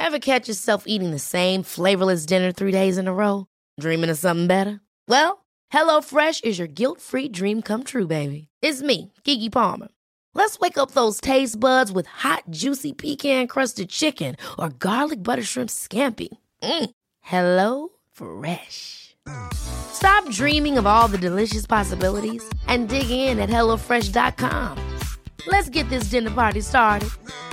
Ever catch yourself eating the same flavorless dinner 3 days in a row? Dreaming of something better? Well, HelloFresh is your guilt-free dream come true, baby. It's me, Keke Palmer. Let's wake up those taste buds with hot, juicy pecan-crusted chicken or garlic butter shrimp scampi. HelloFresh. Stop dreaming of all the delicious possibilities and dig in at HelloFresh.com. Let's get this dinner party started.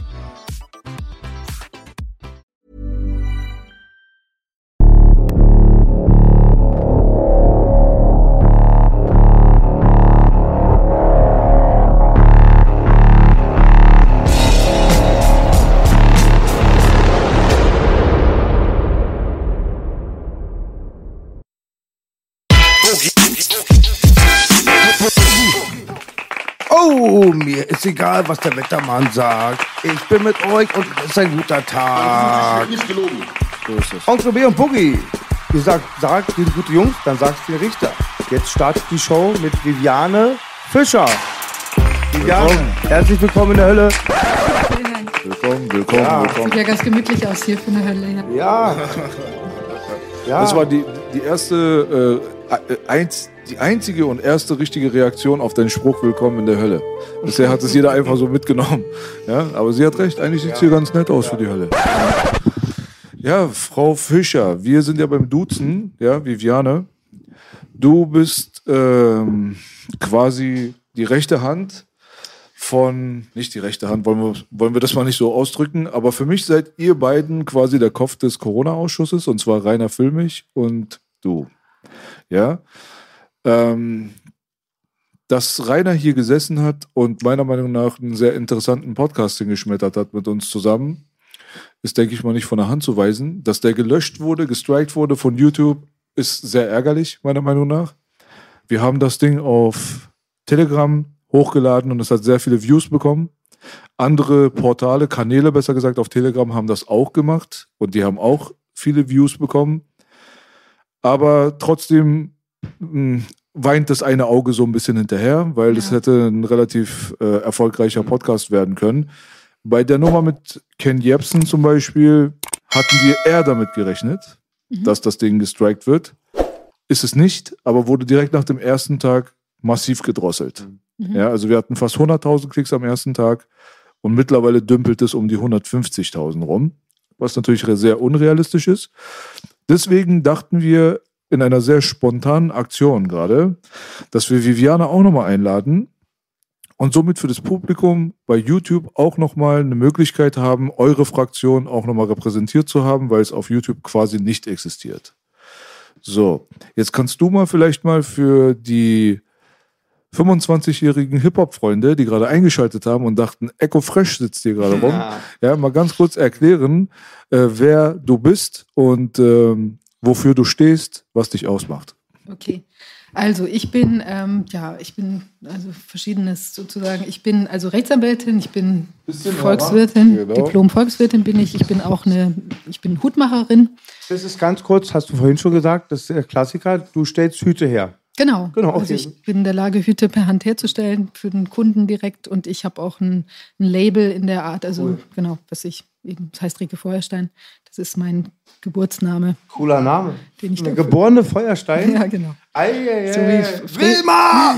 Oh, mir ist egal, was der Wettermann sagt. Ich bin mit euch und es ist ein guter Tag. Nicht gelogen. So ist es. Onkel B und Boogie. Ihr sagt die gute Jungs, dann sagt's der Richter. Jetzt startet die Show mit Viviane Fischer. Viviane, herzlich willkommen in der Hölle. Willkommen. Sieht ja ganz gemütlich aus hier für eine Hölle. Ja. Das war die erste, die einzige und erste richtige Reaktion auf deinen Spruch Willkommen in der Hölle. Bisher hat es jeder einfach so mitgenommen. Ja, aber sie hat recht, eigentlich sieht es hier ganz nett aus für die Hölle. Ja, Frau Fischer, wir sind ja beim Duzen, ja, Viviane. Du bist quasi die rechte Hand von, nicht die rechte Hand, wollen wir das mal nicht so ausdrücken, aber für mich seid ihr beiden quasi der Kopf des Corona-Ausschusses, und zwar Rainer Füllmich und du. Ja, dass Rainer hier gesessen hat und meiner Meinung nach einen sehr interessanten Podcast hingeschmettert hat mit uns zusammen, ist, denke ich mal, nicht von der Hand zu weisen. Dass der gelöscht wurde, gestrikt wurde von YouTube, ist sehr ärgerlich, meiner Meinung nach. Wir haben das Ding auf Telegram hochgeladen und es hat sehr viele Views bekommen. Andere Portale, Kanäle besser gesagt, auf Telegram haben das auch gemacht und die haben auch viele Views bekommen. Aber trotzdem weint das eine Auge so ein bisschen hinterher, weil es hätte ein relativ erfolgreicher Podcast werden können. Bei der Nummer mit Ken Jebsen zum Beispiel hatten wir eher damit gerechnet, dass das Ding gestrikt wird. Ist es nicht, aber wurde direkt nach dem ersten Tag massiv gedrosselt. Ja, also wir hatten fast 100.000 Klicks am ersten Tag und mittlerweile dümpelt es um die 150.000 rum, was natürlich sehr unrealistisch ist. Deswegen dachten wir in einer sehr spontanen Aktion gerade, dass wir Viviane auch nochmal einladen und somit für das Publikum bei YouTube auch nochmal eine Möglichkeit haben, eure Fraktion auch nochmal repräsentiert zu haben, weil es auf YouTube quasi nicht existiert. So, jetzt kannst du mal vielleicht mal für die 25-jährigen Hip-Hop-Freunde, die gerade eingeschaltet haben und dachten, Echo Fresh sitzt hier gerade rum, ja, mal ganz kurz erklären, wer du bist und wofür du stehst, was dich ausmacht. Okay, also ich bin also Verschiedenes sozusagen. Ich bin also Rechtsanwältin, ich bin Volkswirtin, genau. Diplom-Volkswirtin bin ich. Ich bin auch ich bin Hutmacherin. Das ist ganz kurz, hast du vorhin schon gesagt, das ist der Klassiker, du stellst Hüte her. Genau. Okay. Also ich bin in der Lage, Hüte per Hand herzustellen für den Kunden direkt und ich habe auch ein Label in der Art, also genau, das heißt Rike Feuerstein. Das ist mein Geburtsname. Cooler Name. Den ich eine geborene Feuerstein? Ja, genau. So wie Wilma!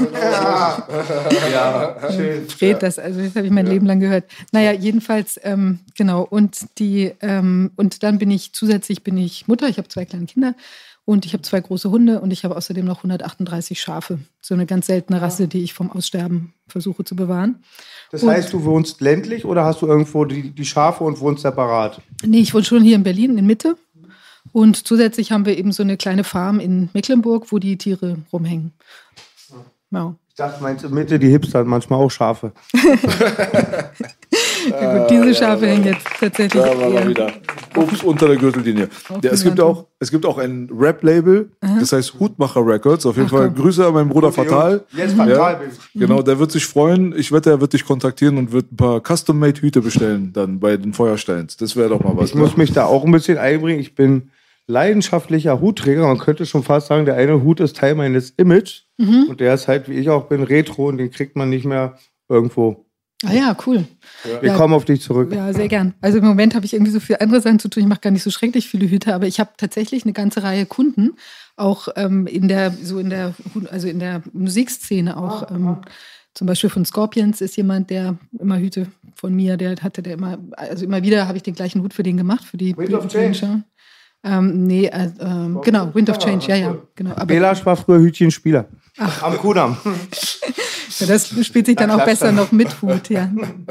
Schön. Fred, das habe ich mein Leben lang gehört. Naja, jedenfalls, genau. Und dann bin ich Mutter, ich habe 2 kleine Kinder. Und ich habe 2 große Hunde und ich habe außerdem noch 138 Schafe. So eine ganz seltene Rasse, die ich vom Aussterben versuche zu bewahren. Das heißt, du wohnst ländlich oder hast du irgendwo die Schafe und wohnst separat? Nee, ich wohne schon hier in Berlin, in Mitte. Und zusätzlich haben wir eben so eine kleine Farm in Mecklenburg, wo die Tiere rumhängen. Ja. Ich dachte, meinst du in Mitte, die Hipster haben manchmal auch Schafe. Ja gut, diese Schafe hängen jetzt tatsächlich. Da war er wieder. Ups, unter der Gürtellinie. Ja, es gibt auch ein Rap-Label, das heißt Hutmacher Records. Auf jeden Fall Grüße an meinen Bruder Fatal. Jetzt Fatal. Genau, der wird sich freuen. Ich wette, er wird dich kontaktieren und wird ein paar Custom-Made-Hüte bestellen dann bei den Feuersteins. Das wäre doch mal was. Ich muss mich da auch ein bisschen einbringen. Ich bin leidenschaftlicher Hutträger. Man könnte schon fast sagen, der eine Hut ist Teil meines Image. Und der ist halt, wie ich auch bin, Retro und den kriegt man nicht mehr irgendwo Ah ja, cool. Wir kommen auf dich zurück. Ja, sehr gern. Also im Moment habe ich irgendwie so viele andere Sachen zu tun. Ich mache gar nicht so schrecklich viele Hüte, aber ich habe tatsächlich eine ganze Reihe Kunden, auch in der Musikszene auch. Zum Beispiel von Scorpions ist jemand, der immer Hüte von mir, immer wieder habe ich den gleichen Hut für den gemacht, für die Wind of Change. Genau, Wind of Change, ja. Genau. Belasch war früher Hütchenspieler. Am Kudamm. Ja, das spielt sich dann auch besser noch mit Hut, ja.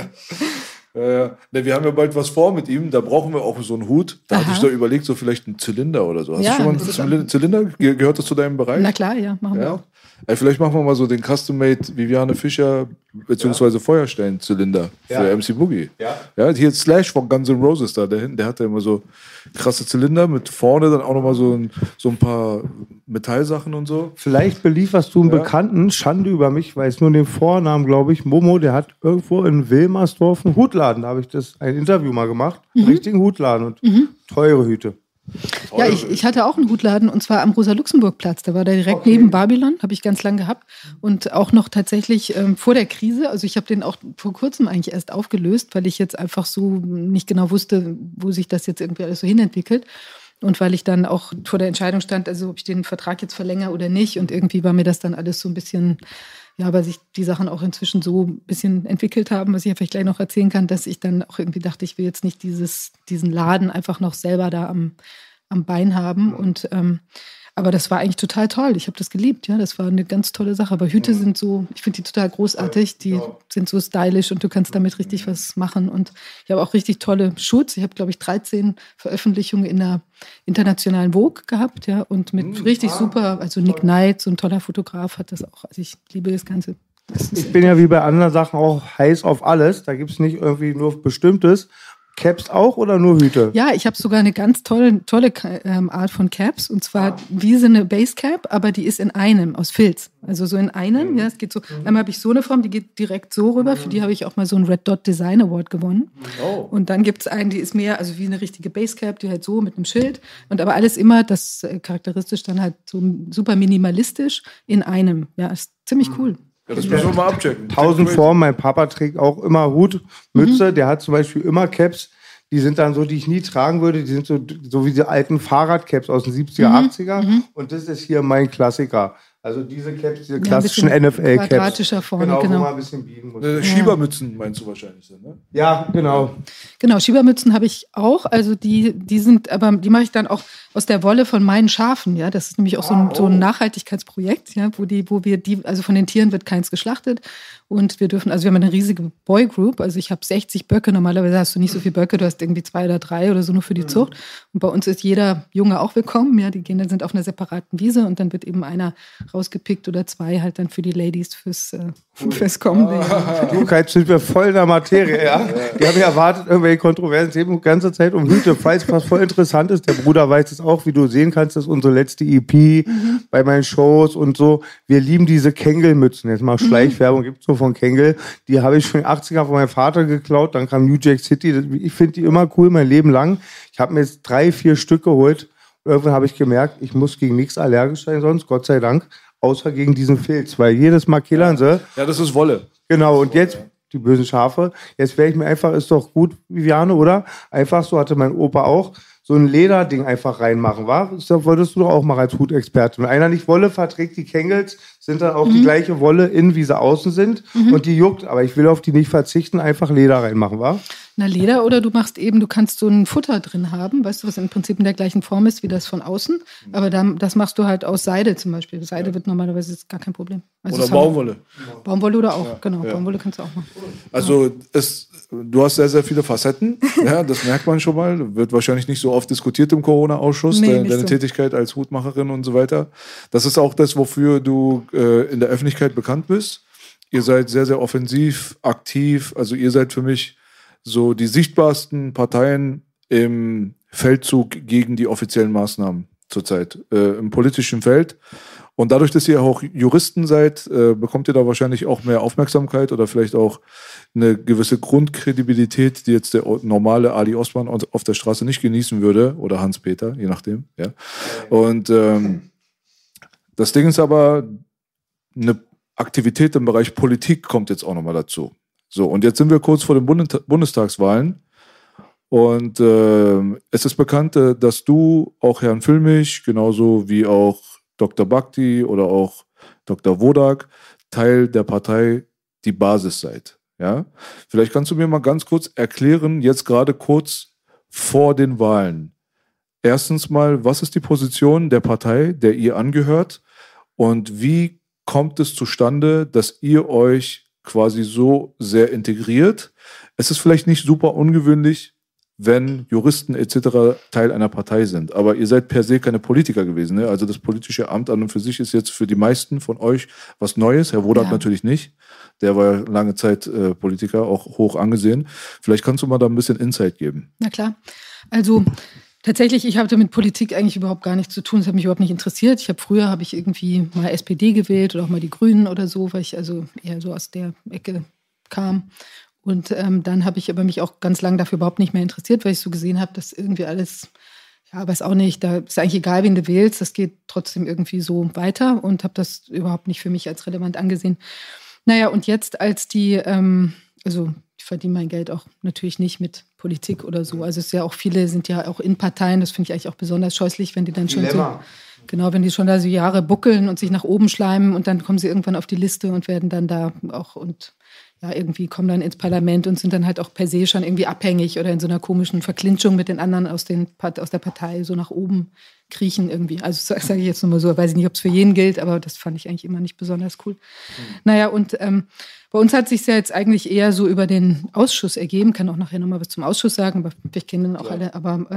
Wir haben ja bald was vor mit ihm, da brauchen wir auch so einen Hut. Da hatte ich so überlegt, so vielleicht einen Zylinder oder so. Hast du schon mal einen Zylinder? Gehört das zu deinem Bereich? Na klar, ja, machen wir auch. Vielleicht machen wir mal so den Custom-Made Viviane Fischer beziehungsweise Feuerstein-Zylinder für MC Boogie. Ja, hier Slash von Guns N' Roses da hinten, der hat ja immer so krasse Zylinder mit vorne dann auch nochmal so ein paar Metallsachen und so. Vielleicht belieferst du einen Bekannten, Schande über mich, weiß nur den Vornamen, glaube ich, Momo, der hat irgendwo in Wilmersdorf einen Hutladen, da habe ich ein Interview mal gemacht, einen richtigen Hutladen und teure Hüte. Ja, ich hatte auch einen Hutladen und zwar am Rosa-Luxemburg-Platz. Da war der direkt neben Babylon, habe ich ganz lang gehabt. Und auch noch tatsächlich vor der Krise. Also ich habe den auch vor kurzem eigentlich erst aufgelöst, weil ich jetzt einfach so nicht genau wusste, wo sich das jetzt irgendwie alles so hinentwickelt. Und weil ich dann auch vor der Entscheidung stand, also ob ich den Vertrag jetzt verlängere oder nicht. Und irgendwie war mir das dann alles so ein bisschen, ja, weil sich die Sachen auch inzwischen so ein bisschen entwickelt haben, was ich ja vielleicht gleich noch erzählen kann, dass ich dann auch irgendwie dachte, ich will jetzt nicht diesen Laden einfach noch selber da am Bein haben. Und aber das war eigentlich total toll. Ich habe das geliebt, ja. Das war eine ganz tolle Sache. Aber Hüte sind so, ich finde die total großartig. Die sind so stylisch und du kannst damit richtig was machen. Und ich habe auch richtig tolle Shoots. Ich habe, glaube ich, 13 Veröffentlichungen in der internationalen Vogue gehabt, ja. Und mit richtig super, also Nick Knight, so ein toller Fotograf, hat das auch. Also ich liebe das Ganze. Ich bin ja wie bei anderen Sachen auch heiß auf alles. Da gibt es nicht irgendwie nur Bestimmtes. Caps auch oder nur Hüte? Ja, ich habe sogar eine ganz tolle Art von Caps. Und zwar wie so eine Basecap, aber die ist in einem, aus Filz. Also so in einem, ja, es geht so. Einmal habe ich so eine Form, die geht direkt so rüber. Für die habe ich auch mal so einen Red Dot Design Award gewonnen. Und dann gibt es einen, die ist mehr, also wie eine richtige Basecap, die halt so mit einem Schild. Und aber alles immer, das charakteristisch dann halt so super minimalistisch in einem. Ja, ist ziemlich cool. Ja, das müssen wir mal abchecken. 1000 Formen. Mein Papa trägt auch immer Hut, Mütze. Der hat zum Beispiel immer Caps. Die sind dann so, die ich nie tragen würde. Die sind so wie die alten Fahrradcaps aus den 70er, 80er. Und das ist hier mein Klassiker. Also diese Caps, diese klassischen NFL-Caps. Quadratischer vorne, genau. Wo genau. man ein bisschen biegen muss. Schiebermützen meinst du wahrscheinlich, ne? Ja, genau. Genau, Schiebermützen habe ich auch. Also die sind, aber die mache ich dann auch aus der Wolle von meinen Schafen. Ja, das ist nämlich auch so ein Nachhaltigkeitsprojekt, ja, wo wir also von den Tieren wird keins geschlachtet. Und wir haben eine riesige Boy Group. Also ich habe 60 Böcke. Normalerweise hast du nicht so viele Böcke. Du hast irgendwie 2 oder 3 oder so nur für die Zucht. Und bei uns ist jeder Junge auch willkommen. Ja, die Kinder sind auf einer separaten Wiese und dann wird eben einer rausgepickt oder 2 halt dann für die Ladies fürs kommende Jahr. Jetzt sind wir voll in der Materie, ja. Die haben ja erwartet, irgendwelche kontroversen Themen die ganze Zeit um Hüte. Falls was voll interessant ist, der Bruder weiß es auch, wie du sehen kannst, das ist unsere letzte EP bei meinen Shows und so. Wir lieben diese Kängelmützen. Jetzt mal Schleichwerbung gibt's nur von Kängel. Die habe ich schon in den 80ern von meinem Vater geklaut. Dann kam New Jack City. Ich finde die immer cool, mein Leben lang. Ich habe mir jetzt 3, 4 Stück geholt. Irgendwann habe ich gemerkt, ich muss gegen nichts allergisch sein sonst, Gott sei Dank, außer gegen diesen Filz. Weil jedes Mal killern sie. Ja, das ist Wolle. Genau, und jetzt, die bösen Schafe, jetzt wäre ich mir einfach, ist doch gut, Viviane, oder? Einfach so hatte mein Opa auch, so ein Lederding einfach reinmachen, wa? Das wolltest du doch auch mal als Hutexperte. Wenn einer nicht Wolle verträgt, die Kängels sind dann auch die gleiche Wolle innen, wie sie außen sind. Und die juckt, aber ich will auf die nicht verzichten, einfach Leder reinmachen, wa? Na, Leder oder du kannst so ein Futter drin haben, weißt du, was im Prinzip in der gleichen Form ist wie das von außen. Aber das machst du halt aus Seide zum Beispiel. Seide wird normalerweise ist gar kein Problem. Also oder Baumwolle. Baumwolle oder auch, genau. Ja. Baumwolle kannst du auch machen. Also du hast sehr, sehr viele Facetten. Ja, das merkt man schon mal. Wird wahrscheinlich nicht so oft diskutiert im Corona-Ausschuss, deine Tätigkeit als Hutmacherin und so weiter. Das ist auch das, wofür du in der Öffentlichkeit bekannt bist. Ihr seid sehr, sehr offensiv, aktiv. Also ihr seid für mich so die sichtbarsten Parteien im Feldzug gegen die offiziellen Maßnahmen zurzeit im politischen Feld. Und dadurch, dass ihr auch Juristen seid, bekommt ihr da wahrscheinlich auch mehr Aufmerksamkeit oder vielleicht auch eine gewisse Grundkredibilität, die jetzt der normale Ali Osman auf der Straße nicht genießen würde oder Hans-Peter, je nachdem. Ja. Und das Ding ist aber, eine Aktivität im Bereich Politik kommt jetzt auch nochmal dazu. So, und jetzt sind wir kurz vor den Bundestagswahlen. Und es ist bekannt, dass du auch Herrn Füllmich, genauso wie auch Dr. Bhakti oder auch Dr. Wodak, Teil der Partei Die Basis seid. Ja? Vielleicht kannst du mir mal ganz kurz erklären, jetzt gerade kurz vor den Wahlen. Erstens mal, was ist die Position der Partei, der ihr angehört? Und wie kommt es zustande, dass ihr euch quasi so sehr integriert? Es ist vielleicht nicht super ungewöhnlich, wenn Juristen etc. Teil einer Partei sind. Aber ihr seid per se keine Politiker gewesen. Ne? Also das politische Amt an und für sich ist jetzt für die meisten von euch was Neues. Herr Wodak natürlich nicht. Der war ja lange Zeit Politiker, auch hoch angesehen. Vielleicht kannst du mal da ein bisschen Insight geben. Na klar. Also tatsächlich, ich hatte mit Politik eigentlich überhaupt gar nichts zu tun. Das hat mich überhaupt nicht interessiert. Früher habe ich irgendwie mal SPD gewählt oder auch mal die Grünen oder so, weil ich also eher so aus der Ecke kam. Und dann habe ich aber mich auch ganz lange dafür überhaupt nicht mehr interessiert, weil ich so gesehen habe, dass irgendwie alles, ja, weiß auch nicht, da ist eigentlich egal, wen du wählst, das geht trotzdem irgendwie so weiter und habe das überhaupt nicht für mich als relevant angesehen. Naja, und jetzt als also ich verdiene mein Geld auch natürlich nicht mit Politik oder so. Also es ist ja auch, viele sind ja auch in Parteien, das finde ich eigentlich auch besonders scheußlich, wenn die dann schon so, genau, wenn die schon da so Jahre buckeln und sich nach oben schleimen und dann kommen sie irgendwann auf die Liste und werden dann da auch und ja, irgendwie kommen dann ins Parlament und sind dann halt auch per se schon irgendwie abhängig oder in so einer komischen Verklinschung mit den anderen aus der Partei so nach oben kriechen irgendwie. Also das sage ich jetzt nur mal so, weiß ich nicht, ob es für jeden gilt, aber das fand ich eigentlich immer nicht besonders cool. Naja, und bei uns hat sich ja jetzt eigentlich eher so über den Ausschuss ergeben, kann auch nachher nochmal was zum Ausschuss sagen, aber wir kennen den auch alle, aber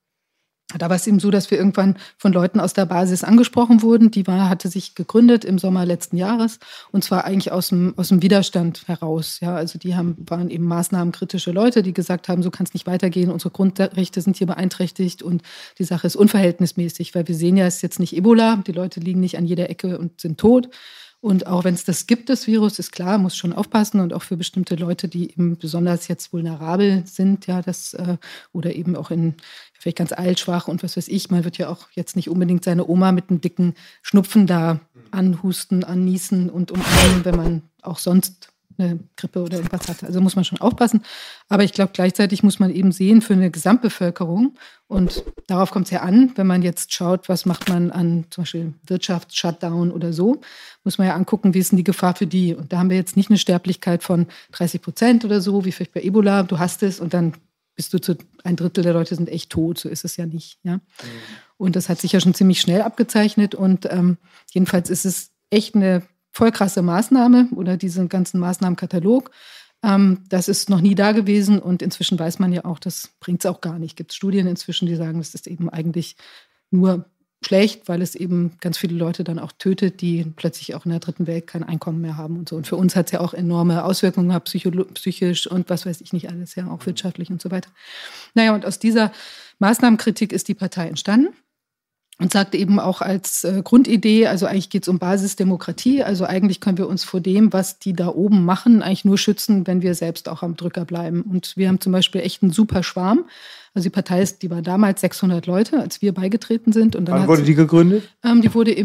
da war es eben so, dass wir irgendwann von Leuten aus der Basis angesprochen wurden. Hatte sich gegründet im Sommer letzten Jahres und zwar eigentlich aus dem Widerstand heraus. Ja, also waren eben maßnahmenkritische Leute, die gesagt haben, so kann es nicht weitergehen, unsere Grundrechte sind hier beeinträchtigt und die Sache ist unverhältnismäßig, weil wir sehen ja, es ist jetzt nicht Ebola, die Leute liegen nicht an jeder Ecke und sind tot. Und auch wenn es das gibt, das Virus, ist klar, muss schon aufpassen und auch für bestimmte Leute, die eben besonders jetzt vulnerabel sind, ja, oder eben auch vielleicht ganz alt, schwach und was weiß ich, man wird ja auch jetzt nicht unbedingt seine Oma mit einem dicken Schnupfen da anhusten, anniesen und umarmen, wenn man auch sonst eine Grippe oder irgendwas hat. Also muss man schon aufpassen. Aber ich glaube, gleichzeitig muss man eben sehen für eine Gesamtbevölkerung und darauf kommt es ja an, wenn man jetzt schaut, was macht man an zum Beispiel Wirtschafts-Shutdown oder so, muss man ja angucken, wie ist denn die Gefahr für die? Und da haben wir jetzt nicht eine Sterblichkeit von 30% oder so, wie vielleicht bei Ebola, du hast es und dann bist du zu 1/3 der Leute sind echt tot, so ist es ja nicht. Ja? Und das hat sich ja schon ziemlich schnell abgezeichnet und jedenfalls ist es echt eine voll krasse Maßnahme oder diesen ganzen Maßnahmenkatalog. Das ist noch nie da gewesen und inzwischen weiß man ja auch, das bringt es auch gar nicht. Gibt es Studien inzwischen, die sagen, das ist eben eigentlich nur schlecht, weil es eben ganz viele Leute dann auch tötet, die plötzlich auch in der dritten Welt kein Einkommen mehr haben und so. Und für uns hat es ja auch enorme Auswirkungen gehabt, psychisch und was weiß ich nicht alles, ja, auch wirtschaftlich und so weiter. Naja, und aus dieser Maßnahmenkritik ist die Partei entstanden. Und sagte eben auch als Grundidee, also eigentlich geht es um Basisdemokratie, also eigentlich können wir uns vor dem, was die da oben machen, eigentlich nur schützen, wenn wir selbst auch am Drücker bleiben. Und wir haben zum Beispiel echt einen super Schwarm. Also die Partei die war damals 600 Leute, als wir beigetreten sind. Und dann wann wurde die gegründet? Die wurde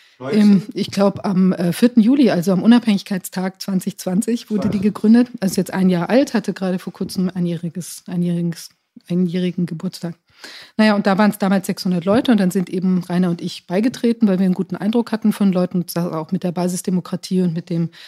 ich glaube am 4. Juli, also am Unabhängigkeitstag 2020 wurde die gegründet. Also jetzt 1 Jahr alt, hatte gerade vor kurzem einjährigen Geburtstag. Naja, und da waren es damals 600 Leute und dann sind eben Rainer und ich beigetreten, weil wir einen guten Eindruck hatten von Leuten, auch mit der Basisdemokratie und mit dem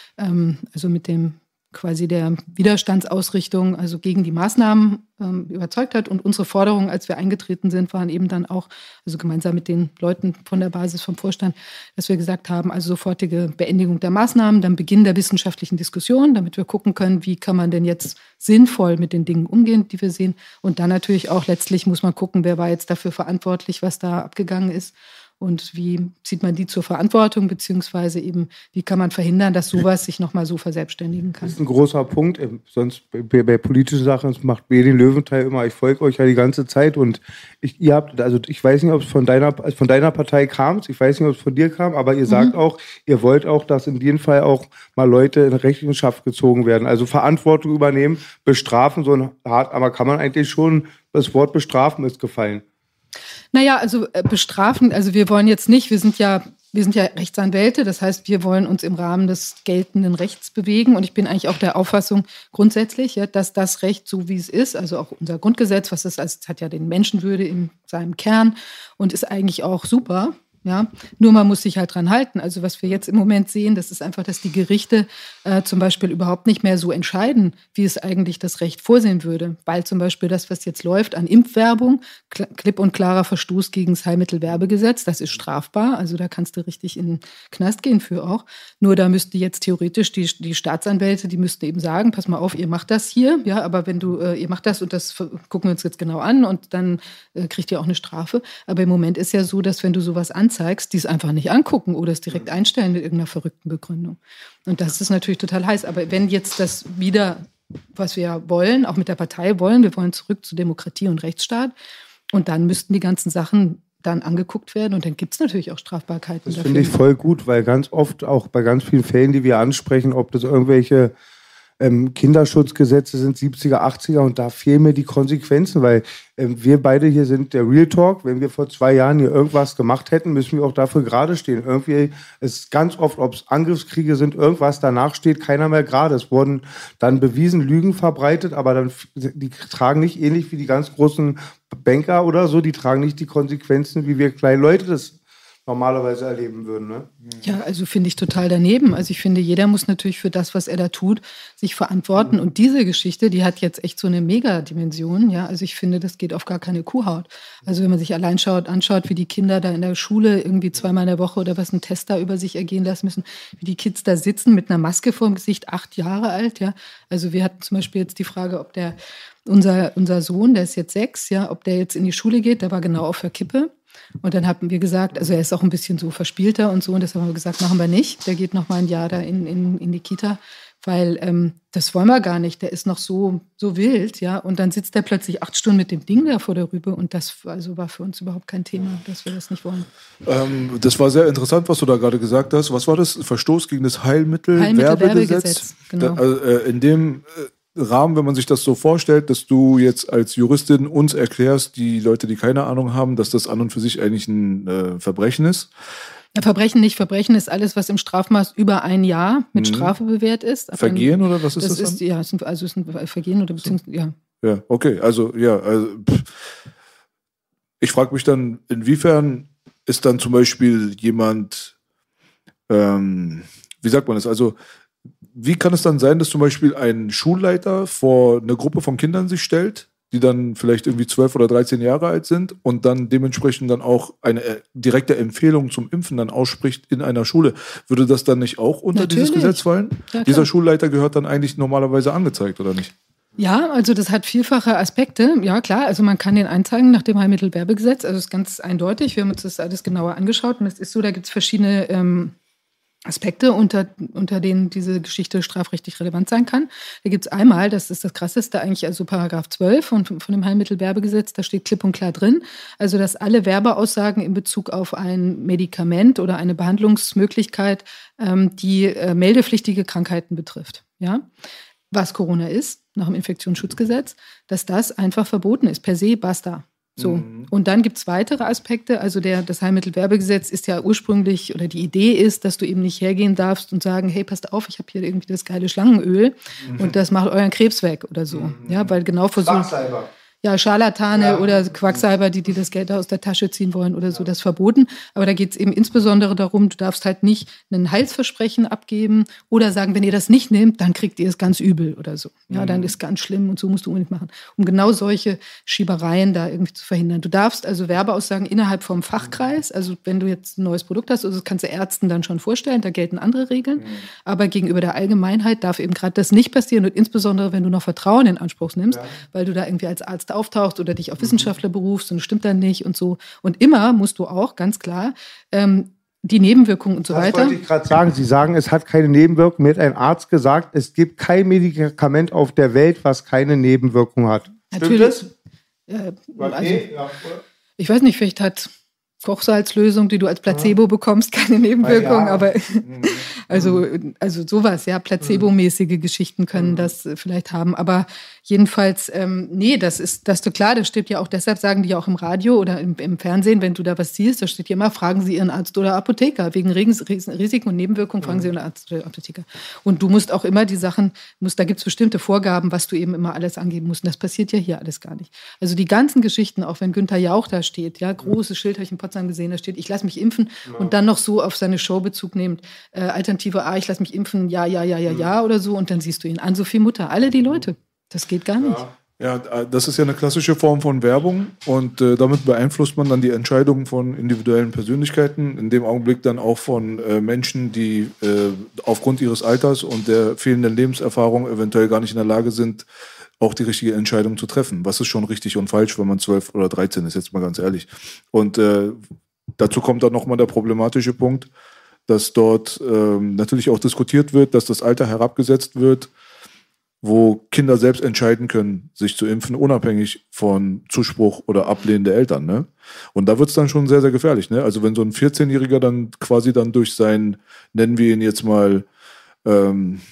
quasi der Widerstandsausrichtung, also gegen die Maßnahmen überzeugt hat. Und unsere Forderungen, als wir eingetreten sind, waren eben dann auch, also gemeinsam mit den Leuten von der Basis, vom Vorstand, dass wir gesagt haben, also sofortige Beendigung der Maßnahmen, dann Beginn der wissenschaftlichen Diskussion, damit wir gucken können, wie kann man denn jetzt sinnvoll mit den Dingen umgehen, die wir sehen. Und dann natürlich auch letztlich muss man gucken, wer war jetzt dafür verantwortlich, was da abgegangen ist. Und wie zieht man die zur Verantwortung, beziehungsweise eben, wie kann man verhindern, dass sowas sich nochmal so verselbstständigen kann? Das ist ein großer Punkt. Sonst bei politischen Sachen, das macht mir den Löwenteil immer, ich folge euch ja die ganze Zeit und ich weiß nicht, ob es von deiner Partei kam, ich weiß nicht, ob es von dir kam, aber ihr sagt auch, ihr wollt auch, dass in jedem Fall auch mal Leute in Rechenschaft gezogen werden. Also Verantwortung übernehmen, bestrafen, so ein hart, aber kann man eigentlich schon, das Wort bestrafen ist gefallen. Naja, also bestrafen, also wir wollen jetzt nicht, wir sind ja wir sind ja Rechtsanwälte, das heißt, wir wollen uns im Rahmen des geltenden Rechts bewegen. Und ich bin eigentlich auch der Auffassung grundsätzlich, ja, dass das Recht, so wie es ist, also auch unser Grundgesetz, was es heißt, hat ja den Menschenwürde in seinem Kern und ist eigentlich auch super. Ja, nur man muss sich halt dran halten. Also was wir jetzt im Moment sehen, das ist einfach, dass die Gerichte zum Beispiel überhaupt nicht mehr so entscheiden, wie es eigentlich das Recht vorsehen würde. Weil zum Beispiel das, was jetzt läuft an Impfwerbung, klipp und klarer Verstoß gegen das Heilmittelwerbegesetz, das ist strafbar. Also da kannst du richtig in den Knast gehen für auch. Nur da müssten jetzt theoretisch die Staatsanwälte, die müssten eben sagen, pass mal auf, ihr macht das hier, ja, aber wenn ihr macht das und das gucken wir uns jetzt genau an und dann kriegt ihr auch eine Strafe. Aber im Moment ist ja so, dass wenn du sowas anzeigst, die es einfach nicht angucken oder es direkt einstellen mit irgendeiner verrückten Begründung. Und das ist natürlich total heiß. Aber wenn jetzt das wieder, was wir wollen, auch mit der Partei wollen, wir wollen zurück zu Demokratie und Rechtsstaat und dann müssten die ganzen Sachen dann angeguckt werden und dann gibt es natürlich auch Strafbarkeiten das dafür. Finde ich voll gut, weil ganz oft auch bei ganz vielen Fällen, die wir ansprechen, ob das irgendwelche Kinderschutzgesetze sind, 70er, 80er und da fehlen mir die Konsequenzen, weil wir beide hier sind der Real Talk. Wenn wir vor 2 Jahren hier irgendwas gemacht hätten, müssen wir auch dafür gerade stehen. Irgendwie ist ganz oft, ob es Angriffskriege sind, irgendwas danach steht, keiner mehr gerade. Es wurden dann bewiesen Lügen verbreitet, aber dann die tragen nicht ähnlich wie die ganz großen Banker oder so, die tragen nicht die Konsequenzen, wie wir kleine Leute das normalerweise erleben würden. Ne? Ja, also finde ich total daneben. Also ich finde, jeder muss natürlich für das, was er da tut, sich verantworten. Und diese Geschichte, die hat jetzt echt so eine Megadimension. Ja, also ich finde, das geht auf gar keine Kuhhaut. Also wenn man sich allein anschaut, wie die Kinder da in der Schule irgendwie 2-mal in der Woche oder was einen Test da über sich ergehen lassen müssen, wie die Kids da sitzen mit einer Maske vor dem Gesicht, 8 Jahre alt. Ja, also wir hatten zum Beispiel jetzt die Frage, ob unser Sohn, der ist jetzt 6, ja, ob der jetzt in die Schule geht, der war genau auf der Kippe. Und dann haben wir gesagt, also er ist auch ein bisschen so verspielter und so, und das haben wir gesagt, machen wir nicht. Der geht noch mal ein Jahr da in die Kita, weil das wollen wir gar nicht. Der ist noch so wild, ja. Und dann sitzt er plötzlich 8 Stunden mit dem Ding da vor der Rübe und das also war für uns überhaupt kein Thema, dass wir das nicht wollen. Das war sehr interessant, was du da gerade gesagt hast. Was war das? Verstoß gegen das Heilmittelwerbegesetz? Genau. In dem Rahmen, wenn man sich das so vorstellt, dass du jetzt als Juristin uns erklärst, die Leute, die keine Ahnung haben, dass das an und für sich eigentlich ein Verbrechen ist. Ja, Verbrechen nicht. Verbrechen ist alles, was im Strafmaß über 1 Jahr mit Strafe bewährt ist. Vergehen oder was ist das? Ist, ja, es ist ein Vergehen oder beziehungsweise, ja. Ja, okay. Also ich frage mich dann, inwiefern ist dann zum Beispiel jemand, wie sagt man das, also wie kann es dann sein, dass zum Beispiel ein Schulleiter vor eine Gruppe von Kindern sich stellt, die dann vielleicht irgendwie 12 oder 13 Jahre alt sind und dann dementsprechend dann auch eine direkte Empfehlung zum Impfen dann ausspricht in einer Schule? Würde das dann nicht auch unter dieses Gesetz fallen? Ja, dieser Schulleiter gehört dann eigentlich normalerweise angezeigt, oder nicht? Ja, also das hat vielfache Aspekte. Ja, klar, also man kann den einzeigen nach dem Heilmittelwerbegesetz. Also das ist ganz eindeutig. Wir haben uns das alles genauer angeschaut und es ist so, da gibt es verschiedene Aspekte, unter denen diese Geschichte strafrechtlich relevant sein kann. Da gibt es einmal, das ist das Krasseste eigentlich, also Paragraph 12 von dem Heilmittelwerbegesetz, da steht klipp und klar drin, also dass alle Werbeaussagen in Bezug auf ein Medikament oder eine Behandlungsmöglichkeit, die meldepflichtige Krankheiten betrifft, ja, was Corona ist, nach dem Infektionsschutzgesetz, dass das einfach verboten ist, per se, basta. So. Und dann gibt es weitere Aspekte. Also das Heilmittelwerbegesetz ist ja ursprünglich, oder die Idee ist, dass du eben nicht hergehen darfst und sagen, hey, passt auf, ich habe hier irgendwie das geile Schlangenöl und das macht euren Krebs weg oder so. Ja, weil genau versucht. Ja, Scharlatane oder Quacksalber, die das Geld aus der Tasche ziehen wollen oder so, das verboten. Aber da geht es eben insbesondere darum, du darfst halt nicht ein Heilsversprechen abgeben oder sagen, wenn ihr das nicht nehmt, dann kriegt ihr es ganz übel oder so. Ja, dann ist es ganz schlimm und so musst du unbedingt machen, um genau solche Schiebereien da irgendwie zu verhindern. Du darfst also Werbeaussagen innerhalb vom Fachkreis, also wenn du jetzt ein neues Produkt hast, also das kannst du Ärzten dann schon vorstellen, da gelten andere Regeln. Aber gegenüber der Allgemeinheit darf eben gerade das nicht passieren und insbesondere, wenn du noch Vertrauen in Anspruch nimmst, weil du da irgendwie als Arzt auftauchst oder dich auf Wissenschaftler berufst und das stimmt dann nicht und so. Und immer musst du auch, ganz klar, die Nebenwirkungen und so weiter. Das wollte ich gerade sagen. Sie sagen, es hat keine Nebenwirkungen. Mir hat ein Arzt gesagt, es gibt kein Medikament auf der Welt, was keine Nebenwirkung hat. Natürlich. Stimmt das? Also, ich weiß nicht, vielleicht hat Kochsalzlösung, die du als Placebo bekommst, keine Nebenwirkung, aber also sowas, ja, placebomäßige Geschichten können das vielleicht haben, aber Jedenfalls, nee, das ist klar, das steht ja auch, deshalb sagen die ja auch im Radio oder im Fernsehen, wenn du da was siehst, da steht ja immer, fragen Sie Ihren Arzt oder Apotheker. Wegen Risiken und Nebenwirkungen fragen Sie Ihren Arzt oder Apotheker. Und du musst auch immer die Sachen, da gibt es bestimmte Vorgaben, was du eben immer alles angeben musst. Und das passiert ja hier alles gar nicht. Also die ganzen Geschichten, auch wenn Günther Jauch da steht, ja, großes Schild habe ich in Potsdam gesehen, da steht, ich lasse mich impfen und dann noch so auf seine Show Bezug nimmt, Alternative A, ich lasse mich impfen, ja oder so und dann siehst du ihn an, Sophie Mutter, alle die Leute. Das geht gar nicht. Ja, das ist ja eine klassische Form von Werbung und damit beeinflusst man dann die Entscheidungen von individuellen Persönlichkeiten, in dem Augenblick dann auch von Menschen, die aufgrund ihres Alters und der fehlenden Lebenserfahrung eventuell gar nicht in der Lage sind, auch die richtige Entscheidung zu treffen. Was ist schon richtig und falsch, wenn man 12 oder 13 ist, jetzt mal ganz ehrlich. Und dazu kommt dann nochmal der problematische Punkt, dass dort natürlich auch diskutiert wird, dass das Alter herabgesetzt wird, wo Kinder selbst entscheiden können, sich zu impfen, unabhängig von Zuspruch oder Ablehnen der Eltern. Ne? Und da wird es dann schon sehr, sehr gefährlich. Ne? Also wenn so ein 14-Jähriger dann quasi dann durch sein, nennen wir ihn jetzt mal, lassen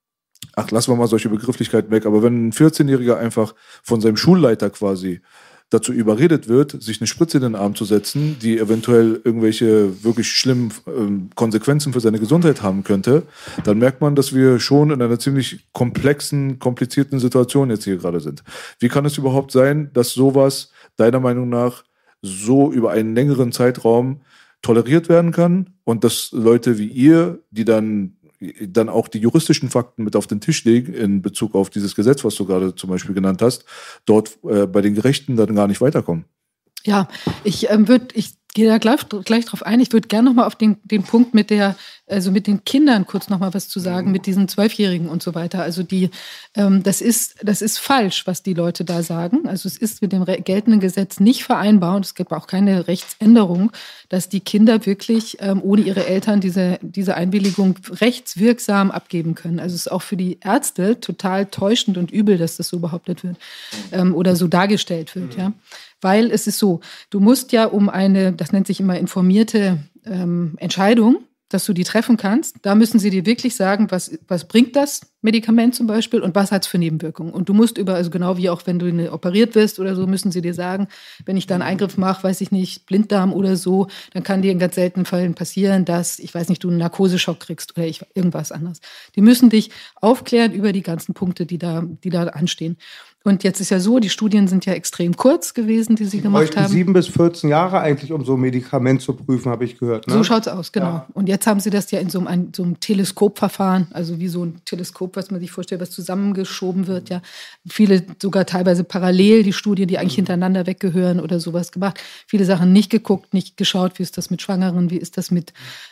wir mal solche Begrifflichkeiten weg, aber wenn ein 14-Jähriger einfach von seinem Schulleiter quasi dazu überredet wird, sich eine Spritze in den Arm zu setzen, die eventuell irgendwelche wirklich schlimmen Konsequenzen für seine Gesundheit haben könnte, dann merkt man, dass wir schon in einer ziemlich komplizierten Situation jetzt hier gerade sind. Wie kann es überhaupt sein, dass sowas deiner Meinung nach so über einen längeren Zeitraum toleriert werden kann und dass Leute wie ihr, die dann auch die juristischen Fakten mit auf den Tisch legen in Bezug auf dieses Gesetz, was du gerade zum Beispiel genannt hast, dort bei den Gerechten dann gar nicht weiterkommen? Ja, ich gehe da gleich drauf ein. Ich würde gerne nochmal auf den Punkt mit den Kindern kurz nochmal was zu sagen, mit diesen 12-Jährigen und so weiter. Also das ist falsch, was die Leute da sagen. Also es ist mit dem geltenden Gesetz nicht vereinbar und es gibt auch keine Rechtsänderung, dass die Kinder wirklich ohne ihre Eltern diese Einwilligung rechtswirksam abgeben können. Also es ist auch für die Ärzte total täuschend und übel, dass das so behauptet wird oder so dargestellt wird, ja. Weil es ist so, du musst ja das nennt sich immer informierte Entscheidung, dass du die treffen kannst, da müssen sie dir wirklich sagen, was bringt das Medikament zum Beispiel und was hat es für Nebenwirkungen. Und du musst also genau wie auch wenn du operiert wirst oder so, müssen sie dir sagen, wenn ich da einen Eingriff mache, weiß ich nicht, Blinddarm oder so, dann kann dir in ganz seltenen Fällen passieren, dass, ich weiß nicht, du einen Narkoseschock kriegst oder irgendwas anderes. Die müssen dich aufklären über die ganzen Punkte, die da anstehen. Und jetzt ist ja so, die Studien sind ja extrem kurz gewesen, die sie gemacht haben. 7 bis 14 Jahre eigentlich, um so ein Medikament zu prüfen, habe ich gehört. Ne? So schaut's aus, genau. Ja. Und jetzt haben sie das ja in so einem Teleskopverfahren, also wie so ein Teleskop, was man sich vorstellt, was zusammengeschoben wird, ja. Viele sogar teilweise parallel, die Studien, die eigentlich hintereinander weggehören oder sowas gemacht. Viele Sachen nicht geguckt, nicht geschaut, wie ist das mit Schwangeren, wie ist das mit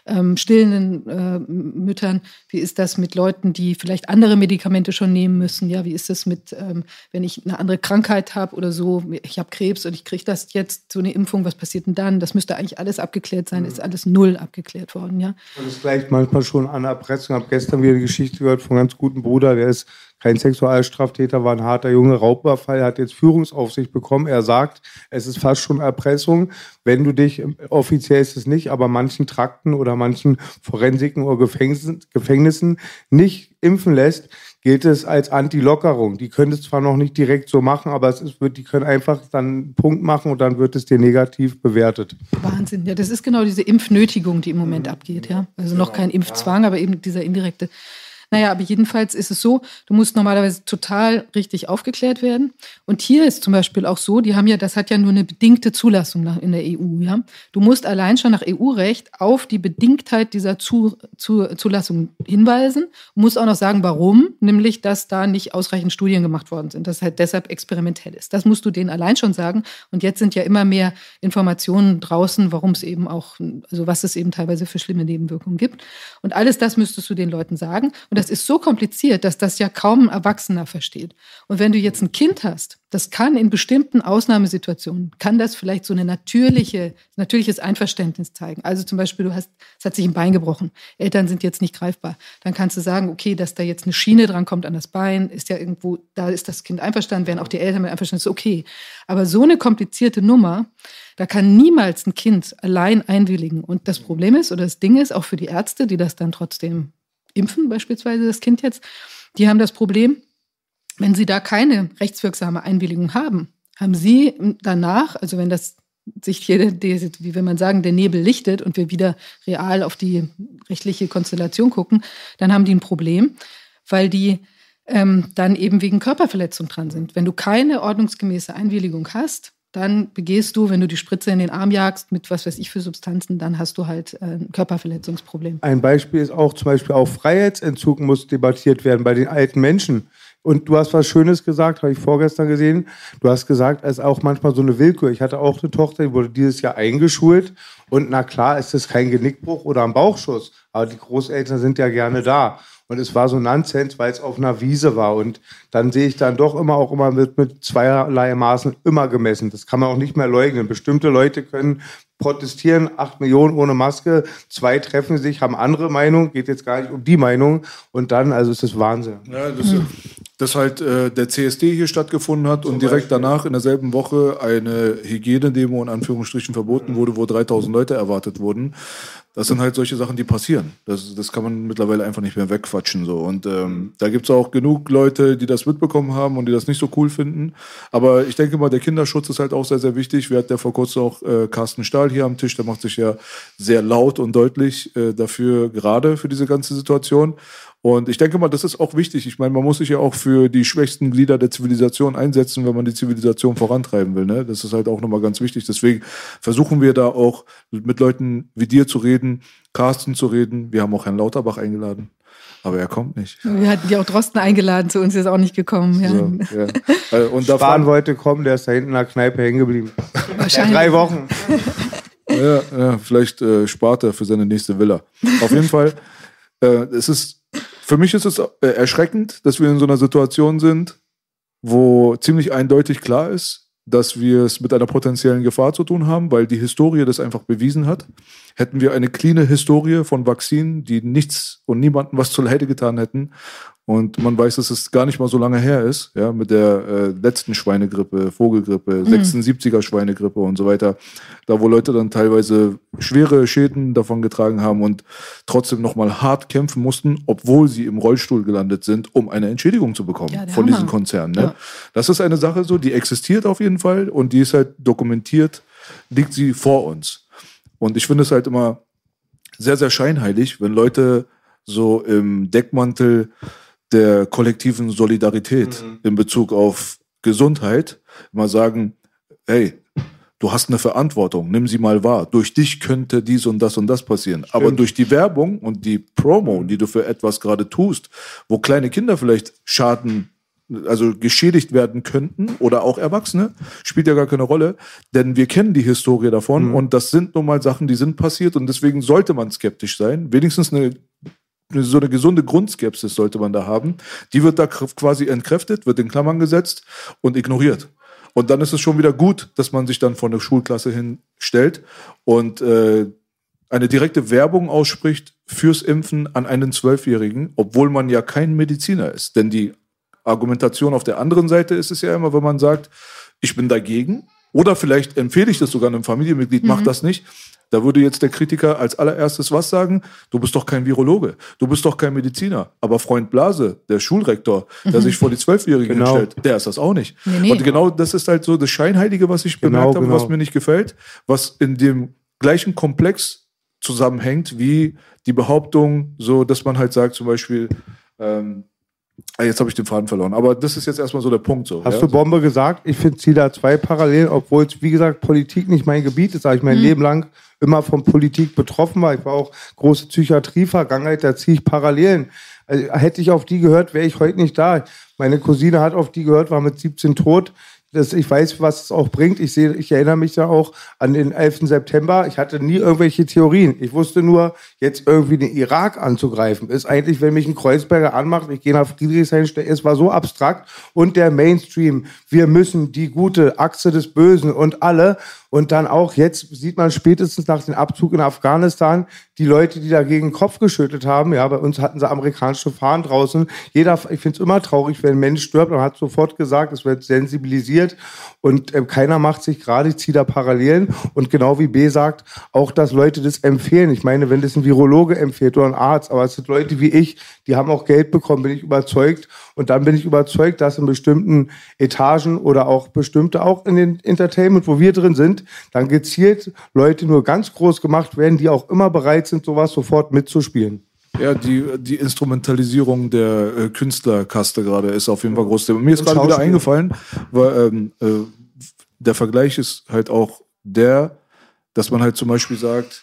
stillenden Müttern, wie ist das mit Leuten, die vielleicht andere Medikamente schon nehmen müssen, ja, wie ist das mit, wenn ich eine andere Krankheit habe oder so, ich habe Krebs und ich kriege das jetzt, so eine Impfung, was passiert denn dann? Das müsste eigentlich alles abgeklärt sein, ist alles null abgeklärt worden, ja. Und es gleicht manchmal schon an Erpressung. Ich habe gestern wieder eine Geschichte gehört von einem ganz guten Bruder, der ist kein Sexualstraftäter, war ein harter Junge, Raubüberfall, hat jetzt Führungsaufsicht bekommen. Er sagt, es ist fast schon Erpressung, wenn du dich, offiziell ist es nicht, aber manchen Trakten oder manchen Forensiken oder Gefängnissen nicht impfen lässt, gilt es als Anti-Lockerung. Die können es zwar noch nicht direkt so machen, aber die können einfach dann einen Punkt machen und dann wird es dir negativ bewertet. Wahnsinn, ja, das ist genau diese Impfnötigung, die im Moment abgeht, ja. Also noch kein Impfzwang, aber eben dieser indirekte. Naja, aber jedenfalls ist es so, du musst normalerweise total richtig aufgeklärt werden. Und hier ist zum Beispiel auch so, das hat ja nur eine bedingte Zulassung in der EU, ja. Du musst allein schon nach EU-Recht auf die Bedingtheit dieser Zulassung hinweisen und musst auch noch sagen, warum, nämlich, dass da nicht ausreichend Studien gemacht worden sind, dass halt deshalb experimentell ist. Das musst du denen allein schon sagen. Und jetzt sind ja immer mehr Informationen draußen, warum es eben auch, also was es eben teilweise für schlimme Nebenwirkungen gibt. Und alles das müsstest du den Leuten sagen. Und das ist so kompliziert, dass das ja kaum ein Erwachsener versteht. Und wenn du jetzt ein Kind hast, das kann in bestimmten Ausnahmesituationen, kann das vielleicht so ein natürliches Einverständnis zeigen. Also zum Beispiel, es hat sich ein Bein gebrochen, Eltern sind jetzt nicht greifbar. Dann kannst du sagen, okay, dass da jetzt eine Schiene dran kommt an das Bein, ist ja irgendwo, da ist das Kind einverstanden, wären auch die Eltern mit einverstanden, ist okay. Aber so eine komplizierte Nummer, da kann niemals ein Kind allein einwilligen. Und das Problem ist, oder das Ding ist, auch für die Ärzte, die das dann trotzdem impfen, beispielsweise das Kind jetzt, die haben das Problem, Wenn Sie da keine rechtswirksame Einwilligung haben, haben Sie danach, also wenn das sich hier, wie will man sagen, der Nebel lichtet und wir wieder real auf die rechtliche Konstellation gucken, dann haben die ein Problem, weil die dann eben wegen Körperverletzung dran sind. Wenn du keine ordnungsgemäße Einwilligung hast, dann begehst du, wenn du die Spritze in den Arm jagst mit was weiß ich für Substanzen, dann hast du halt ein Körperverletzungsproblem. Ein Beispiel ist auch zum Beispiel auch Freiheitsentzug muss debattiert werden bei den alten Menschen. Und du hast was Schönes gesagt, habe ich vorgestern gesehen. Du hast gesagt, es ist auch manchmal so eine Willkür. Ich hatte auch eine Tochter, die wurde dieses Jahr eingeschult. Und na klar, ist das kein Genickbruch oder ein Bauchschuss. Aber die Großeltern sind ja gerne da. Und es war so Nonsens, weil es auf einer Wiese war. Und dann sehe ich dann doch immer mit zweierlei Maßen immer gemessen. Das kann man auch nicht mehr leugnen. Bestimmte Leute können protestieren, 8 Millionen ohne Maske, 2 treffen sich, haben andere Meinung, geht jetzt gar nicht um die Meinung. Und dann, also ist das Wahnsinn. Ja, dass halt der CSD hier stattgefunden hat und direkt danach in derselben Woche eine Hygienedemo in Anführungsstrichen verboten wurde, wo 3000 Leute erwartet wurden. Das sind halt solche Sachen, die passieren. Das kann man mittlerweile einfach nicht mehr wegquatschen. So. Und da gibt es auch genug Leute, die das mitbekommen haben und die das nicht so cool finden. Aber ich denke mal, der Kinderschutz ist halt auch sehr, sehr wichtig. Wir hatten ja vor kurzem auch Carsten Stahl hier am Tisch. Der macht sich ja sehr laut und deutlich dafür, gerade für diese ganze Situation. Und ich denke mal, das ist auch wichtig. Ich meine, man muss sich ja auch für die schwächsten Glieder der Zivilisation einsetzen, wenn man die Zivilisation vorantreiben will. Ne? Das ist halt auch nochmal ganz wichtig. Deswegen versuchen wir da auch mit Leuten wie dir zu reden, Carsten zu reden. Wir haben auch Herrn Lauterbach eingeladen, aber er kommt nicht. Wir hatten ja auch Drosten eingeladen, zu uns ist auch nicht gekommen. Ja. So, ja. Und Spahn wollte kommen, der ist da hinten in der Kneipe hängen geblieben. Wahrscheinlich. 3 Wochen. Ja, vielleicht spart er für seine nächste Villa. Auf jeden Fall, für mich ist es erschreckend, dass wir in so einer Situation sind, wo ziemlich eindeutig klar ist, dass wir es mit einer potenziellen Gefahr zu tun haben, weil die Historie das einfach bewiesen hat. Hätten wir eine cleane Historie von Vakzinen, die nichts und niemandem was zur Leide getan hätten, und man weiß, dass es gar nicht mal so lange her ist, ja, mit der letzten Schweinegrippe, Vogelgrippe, 76er Schweinegrippe und so weiter, da wo Leute dann teilweise schwere Schäden davon getragen haben und trotzdem nochmal hart kämpfen mussten, obwohl sie im Rollstuhl gelandet sind, um eine Entschädigung zu bekommen von diesen Konzernen. Ne? Ja. Das ist eine Sache so, die existiert auf jeden Fall und die ist halt dokumentiert, liegt sie vor uns. Und ich finde es halt immer sehr, sehr scheinheilig, wenn Leute so im Deckmantel der kollektiven Solidarität in Bezug auf Gesundheit immer sagen, hey, du hast eine Verantwortung, nimm sie mal wahr. Durch dich könnte dies und das passieren. Stimmt. Aber durch die Werbung und die Promo, die du für etwas gerade tust, wo kleine Kinder vielleicht geschädigt werden könnten oder auch Erwachsene, spielt ja gar keine Rolle, denn wir kennen die Historie davon und das sind nun mal Sachen, die sind passiert und deswegen sollte man skeptisch sein. Wenigstens so eine gesunde Grundskepsis sollte man da haben. Die wird da quasi entkräftet, wird in Klammern gesetzt und ignoriert. Und dann ist es schon wieder gut, dass man sich dann vor eine Schulklasse hinstellt und eine direkte Werbung ausspricht fürs Impfen an einen 12-Jährigen, obwohl man ja kein Mediziner ist. Denn die Argumentation auf der anderen Seite ist es ja immer, wenn man sagt, ich bin dagegen oder vielleicht empfehle ich das sogar einem Familienmitglied, mach das nicht. Da würde jetzt der Kritiker als allererstes was sagen? Du bist doch kein Virologe, du bist doch kein Mediziner. Aber Freund Blase, der Schulrektor, der sich vor die 12-Jährigen hinstellt, der ist das auch nicht. Nee. Und genau das ist halt so das Scheinheilige, was ich bemerkt habe, was mir nicht gefällt, was in dem gleichen Komplex zusammenhängt, wie die Behauptung, so dass man halt sagt, zum Beispiel, jetzt habe ich den Faden verloren, aber das ist jetzt erstmal so der Punkt. So, Hast du Bombe gesagt? Ich finde, ziehe da 2 Parallelen, obwohl es, wie gesagt, Politik nicht mein Gebiet ist, weil ich mein Leben lang immer von Politik betroffen war. Ich war auch große Psychiatrie-Vergangenheit, da ziehe ich Parallelen. Also, hätte ich auf die gehört, wäre ich heute nicht da. Meine Cousine hat auf die gehört, war mit 17 tot. Ich weiß, was es auch bringt. Ich erinnere mich ja auch an den 11. September. Ich hatte nie irgendwelche Theorien. Ich wusste nur, jetzt irgendwie den Irak anzugreifen. Ist eigentlich, wenn mich ein Kreuzberger anmacht, ich gehe nach Friedrichshain, es war so abstrakt. Und der Mainstream, wir müssen die gute Achse des Bösen und alle. Und dann auch, jetzt sieht man spätestens nach dem Abzug in Afghanistan, die Leute, die dagegen den Kopf geschüttelt haben. Ja, bei uns hatten sie amerikanische Fahnen draußen. Ich finde es immer traurig, wenn ein Mensch stirbt. Man hat sofort gesagt, es wird sensibilisiert. Und keiner macht sich gerade, ich ziehe da Parallelen. Und genau wie B sagt, auch, dass Leute das empfehlen. Ich meine, wenn das ein Virologe empfiehlt oder ein Arzt, aber es sind Leute wie ich, die haben auch Geld bekommen, bin ich überzeugt. Und dann bin ich überzeugt, dass in bestimmten Etagen oder auch bestimmte, auch in den Entertainment, wo wir drin sind, dann gezielt Leute nur ganz groß gemacht werden, die auch immer bereit sind, sowas sofort mitzuspielen. Ja, die Instrumentalisierung der Künstlerkaste gerade ist auf jeden Fall groß. Mir ist gerade wieder eingefallen, weil der Vergleich ist halt auch dass man halt zum Beispiel sagt,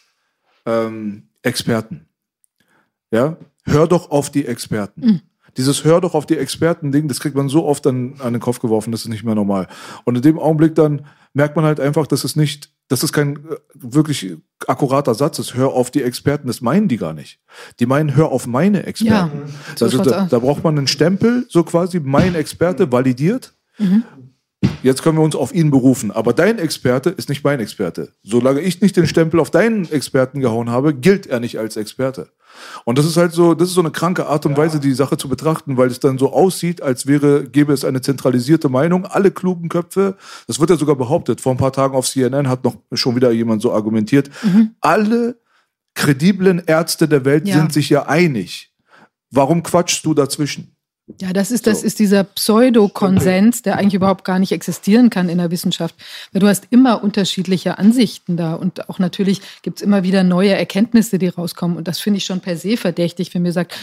Experten. Ja, hör doch auf die Experten. Mhm. Dieses Hör doch auf die Experten-Ding, das kriegt man so oft an den Kopf geworfen, das ist nicht mehr normal. Und in dem Augenblick dann merkt man halt einfach, dass es kein wirklich akkurater Satz ist. Hör auf die Experten, das meinen die gar nicht. Die meinen, hör auf meine Experten. Ja, also da braucht man einen Stempel, so quasi, mein Experte validiert. Mhm. Jetzt können wir uns auf ihn berufen. Aber dein Experte ist nicht mein Experte. Solange ich nicht den Stempel auf deinen Experten gehauen habe, gilt er nicht als Experte. Und das ist halt so, das ist so eine kranke Art und Weise, die Sache zu betrachten, weil es dann so aussieht, als gäbe es eine zentralisierte Meinung, alle klugen Köpfe, das wird ja sogar behauptet, vor ein paar Tagen auf CNN hat noch schon wieder jemand so argumentiert, alle krediblen Ärzte der Welt sind sich ja einig. Warum quatschst du dazwischen? Ja, das ist dieser Pseudokonsens, der eigentlich überhaupt gar nicht existieren kann in der Wissenschaft. Weil du hast immer unterschiedliche Ansichten da und auch natürlich gibt's immer wieder neue Erkenntnisse, die rauskommen. Und das finde ich schon per se verdächtig, wenn mir sagt,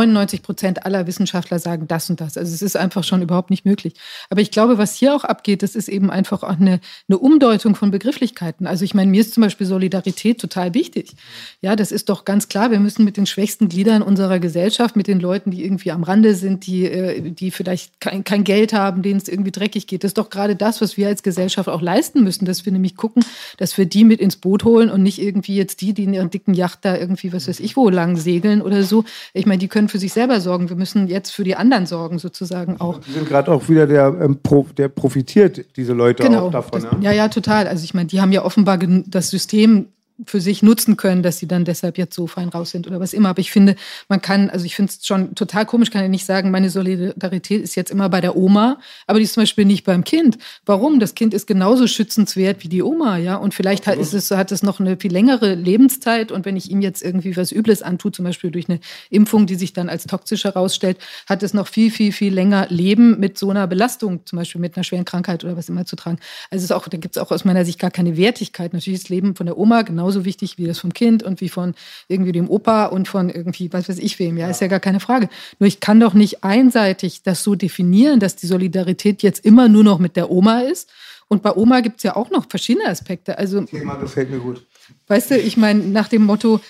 99% aller Wissenschaftler sagen das und das. Also es ist einfach schon überhaupt nicht möglich. Aber ich glaube, was hier auch abgeht, das ist eben einfach auch eine Umdeutung von Begrifflichkeiten. Also ich meine, mir ist zum Beispiel Solidarität total wichtig. Ja, das ist doch ganz klar. Wir müssen mit den schwächsten Gliedern unserer Gesellschaft, mit den Leuten, die irgendwie am Rande sind, die vielleicht kein Geld haben, denen es irgendwie dreckig geht. Das ist doch gerade das, was wir als Gesellschaft auch leisten müssen, dass wir nämlich gucken, dass wir die mit ins Boot holen und nicht irgendwie jetzt die in ihren dicken Yacht da irgendwie, was weiß ich, wo lang segeln oder so. Ich meine, die können für sich selber sorgen. Wir müssen jetzt für die anderen sorgen, sozusagen auch. Die sind gerade auch wieder der profitiert, diese Leute auch davon. Ja, total. Also ich meine, die haben ja offenbar das System für sich nutzen können, dass sie dann deshalb jetzt so fein raus sind oder was immer. Aber ich finde, ich finde es schon total komisch, kann ich nicht sagen, meine Solidarität ist jetzt immer bei der Oma, aber die ist zum Beispiel nicht beim Kind. Warum? Das Kind ist genauso schützenswert wie die Oma, ja. Und vielleicht hat es noch eine viel längere Lebenszeit und wenn ich ihm jetzt irgendwie was Übles antue, zum Beispiel durch eine Impfung, die sich dann als toxisch herausstellt, hat es noch viel, viel, viel länger Leben mit so einer Belastung, zum Beispiel mit einer schweren Krankheit oder was immer zu tragen. Also da gibt es auch aus meiner Sicht gar keine Wertigkeit. Natürlich ist das Leben von der Oma genauso wichtig wie das vom Kind und wie von irgendwie dem Opa und von irgendwie, was weiß ich wem. Ja, ist ja gar keine Frage. Nur ich kann doch nicht einseitig das so definieren, dass die Solidarität jetzt immer nur noch mit der Oma ist. Und bei Oma gibt es ja auch noch verschiedene Aspekte. Also, Thema gefällt mir gut. Weißt du, ich meine, nach dem Motto,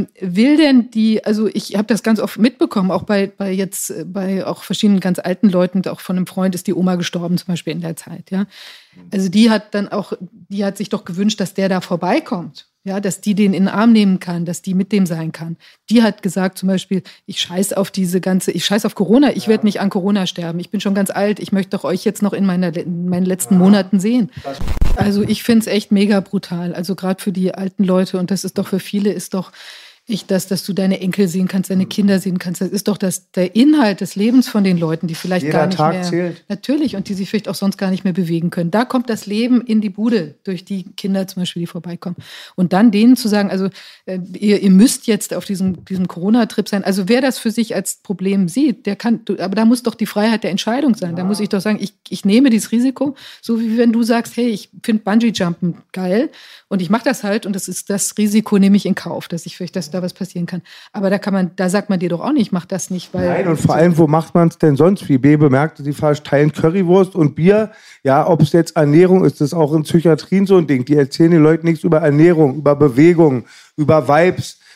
ich habe das ganz oft mitbekommen, auch bei auch verschiedenen ganz alten Leuten, auch von einem Freund ist die Oma gestorben, zum Beispiel in der Zeit, ja. Also die hat sich doch gewünscht, dass der da vorbeikommt. Ja, dass die den in den Arm nehmen kann, dass die mit dem sein kann. Die hat gesagt zum Beispiel, ich scheiß auf Corona, ich werde nicht an Corona sterben, ich bin schon ganz alt, ich möchte doch euch jetzt noch in meinen letzten Monaten sehen. Also ich finde es echt mega brutal, also gerade für die alten Leute und das ist doch für viele, ist doch echt dass du deine Enkel sehen kannst, deine Kinder sehen kannst. Das ist doch der Inhalt des Lebens von den Leuten, die vielleicht jeder gar nicht Tag mehr... zählt. Natürlich, und die sich vielleicht auch sonst gar nicht mehr bewegen können. Da kommt das Leben in die Bude, durch die Kinder zum Beispiel, die vorbeikommen. Und dann denen zu sagen, also ihr müsst jetzt auf diesem Corona-Trip sein. Also wer das für sich als Problem sieht, aber da muss doch die Freiheit der Entscheidung sein. Da muss ich doch sagen, ich nehme dieses Risiko, so wie wenn du sagst, hey, ich finde Bungee-Jumpen geil und ich mache das halt und das Risiko nehme ich in Kauf, dass da was passieren kann. Aber da sagt man dir doch auch nicht, mach das nicht, weil... Nein, und vor allem, wo macht man es denn sonst? Wie B bemerkte, sie verteilen Currywurst und Bier. Ja, ob es jetzt Ernährung ist, das ist auch in Psychiatrien so ein Ding. Die erzählen den Leuten nichts über Ernährung, über Bewegung, über Vibes.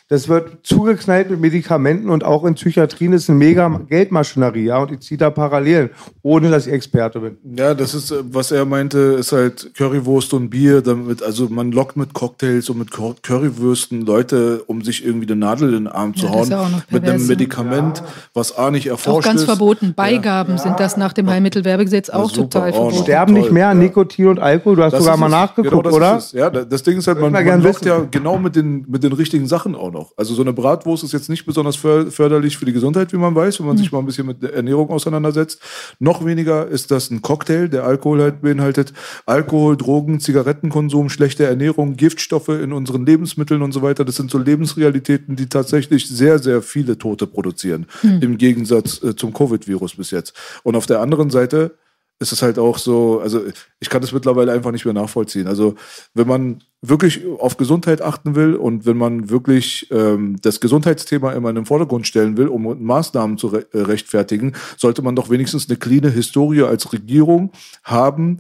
das wird zugeknallt mit Medikamenten und auch in Psychiatrien ist eine mega Geldmaschinerie, ja, und ich ziehe da Parallelen, ohne dass ich Experte bin. Ja, das ist, was er meinte, ist halt Currywurst und Bier, damit, also man lockt mit Cocktails und mit Currywürsten Leute, um sich irgendwie eine Nadel in den Arm zu hauen, mit einem Medikament, was A nicht erforscht ist. Auch ganz verboten. Beigaben sind das nach dem Heilmittelwerbegesetz auch total verboten. Sterben nicht mehr an Nikotin und Alkohol? Du hast sogar mal nachgeguckt, genau, oder? Ja, das Ding ist halt, man lockt ja genau mit den richtigen Sachen auch noch. Also so eine Bratwurst ist jetzt nicht besonders förderlich für die Gesundheit, wie man weiß, wenn man sich mal ein bisschen mit der Ernährung auseinandersetzt. Noch weniger ist das ein Cocktail, der Alkohol halt beinhaltet. Alkohol, Drogen, Zigarettenkonsum, schlechte Ernährung, Giftstoffe in unseren Lebensmitteln und so weiter. Das sind so Lebensrealitäten, die tatsächlich sehr, sehr viele Tote produzieren. Im Gegensatz zum Covid-Virus bis jetzt. Und auf der anderen Seite ist es halt auch so, also ich kann das mittlerweile einfach nicht mehr nachvollziehen. Also wenn man wirklich auf Gesundheit achten will und wenn man wirklich das Gesundheitsthema immer in den Vordergrund stellen will, um Maßnahmen zu rechtfertigen, sollte man doch wenigstens eine cleane Historie als Regierung haben,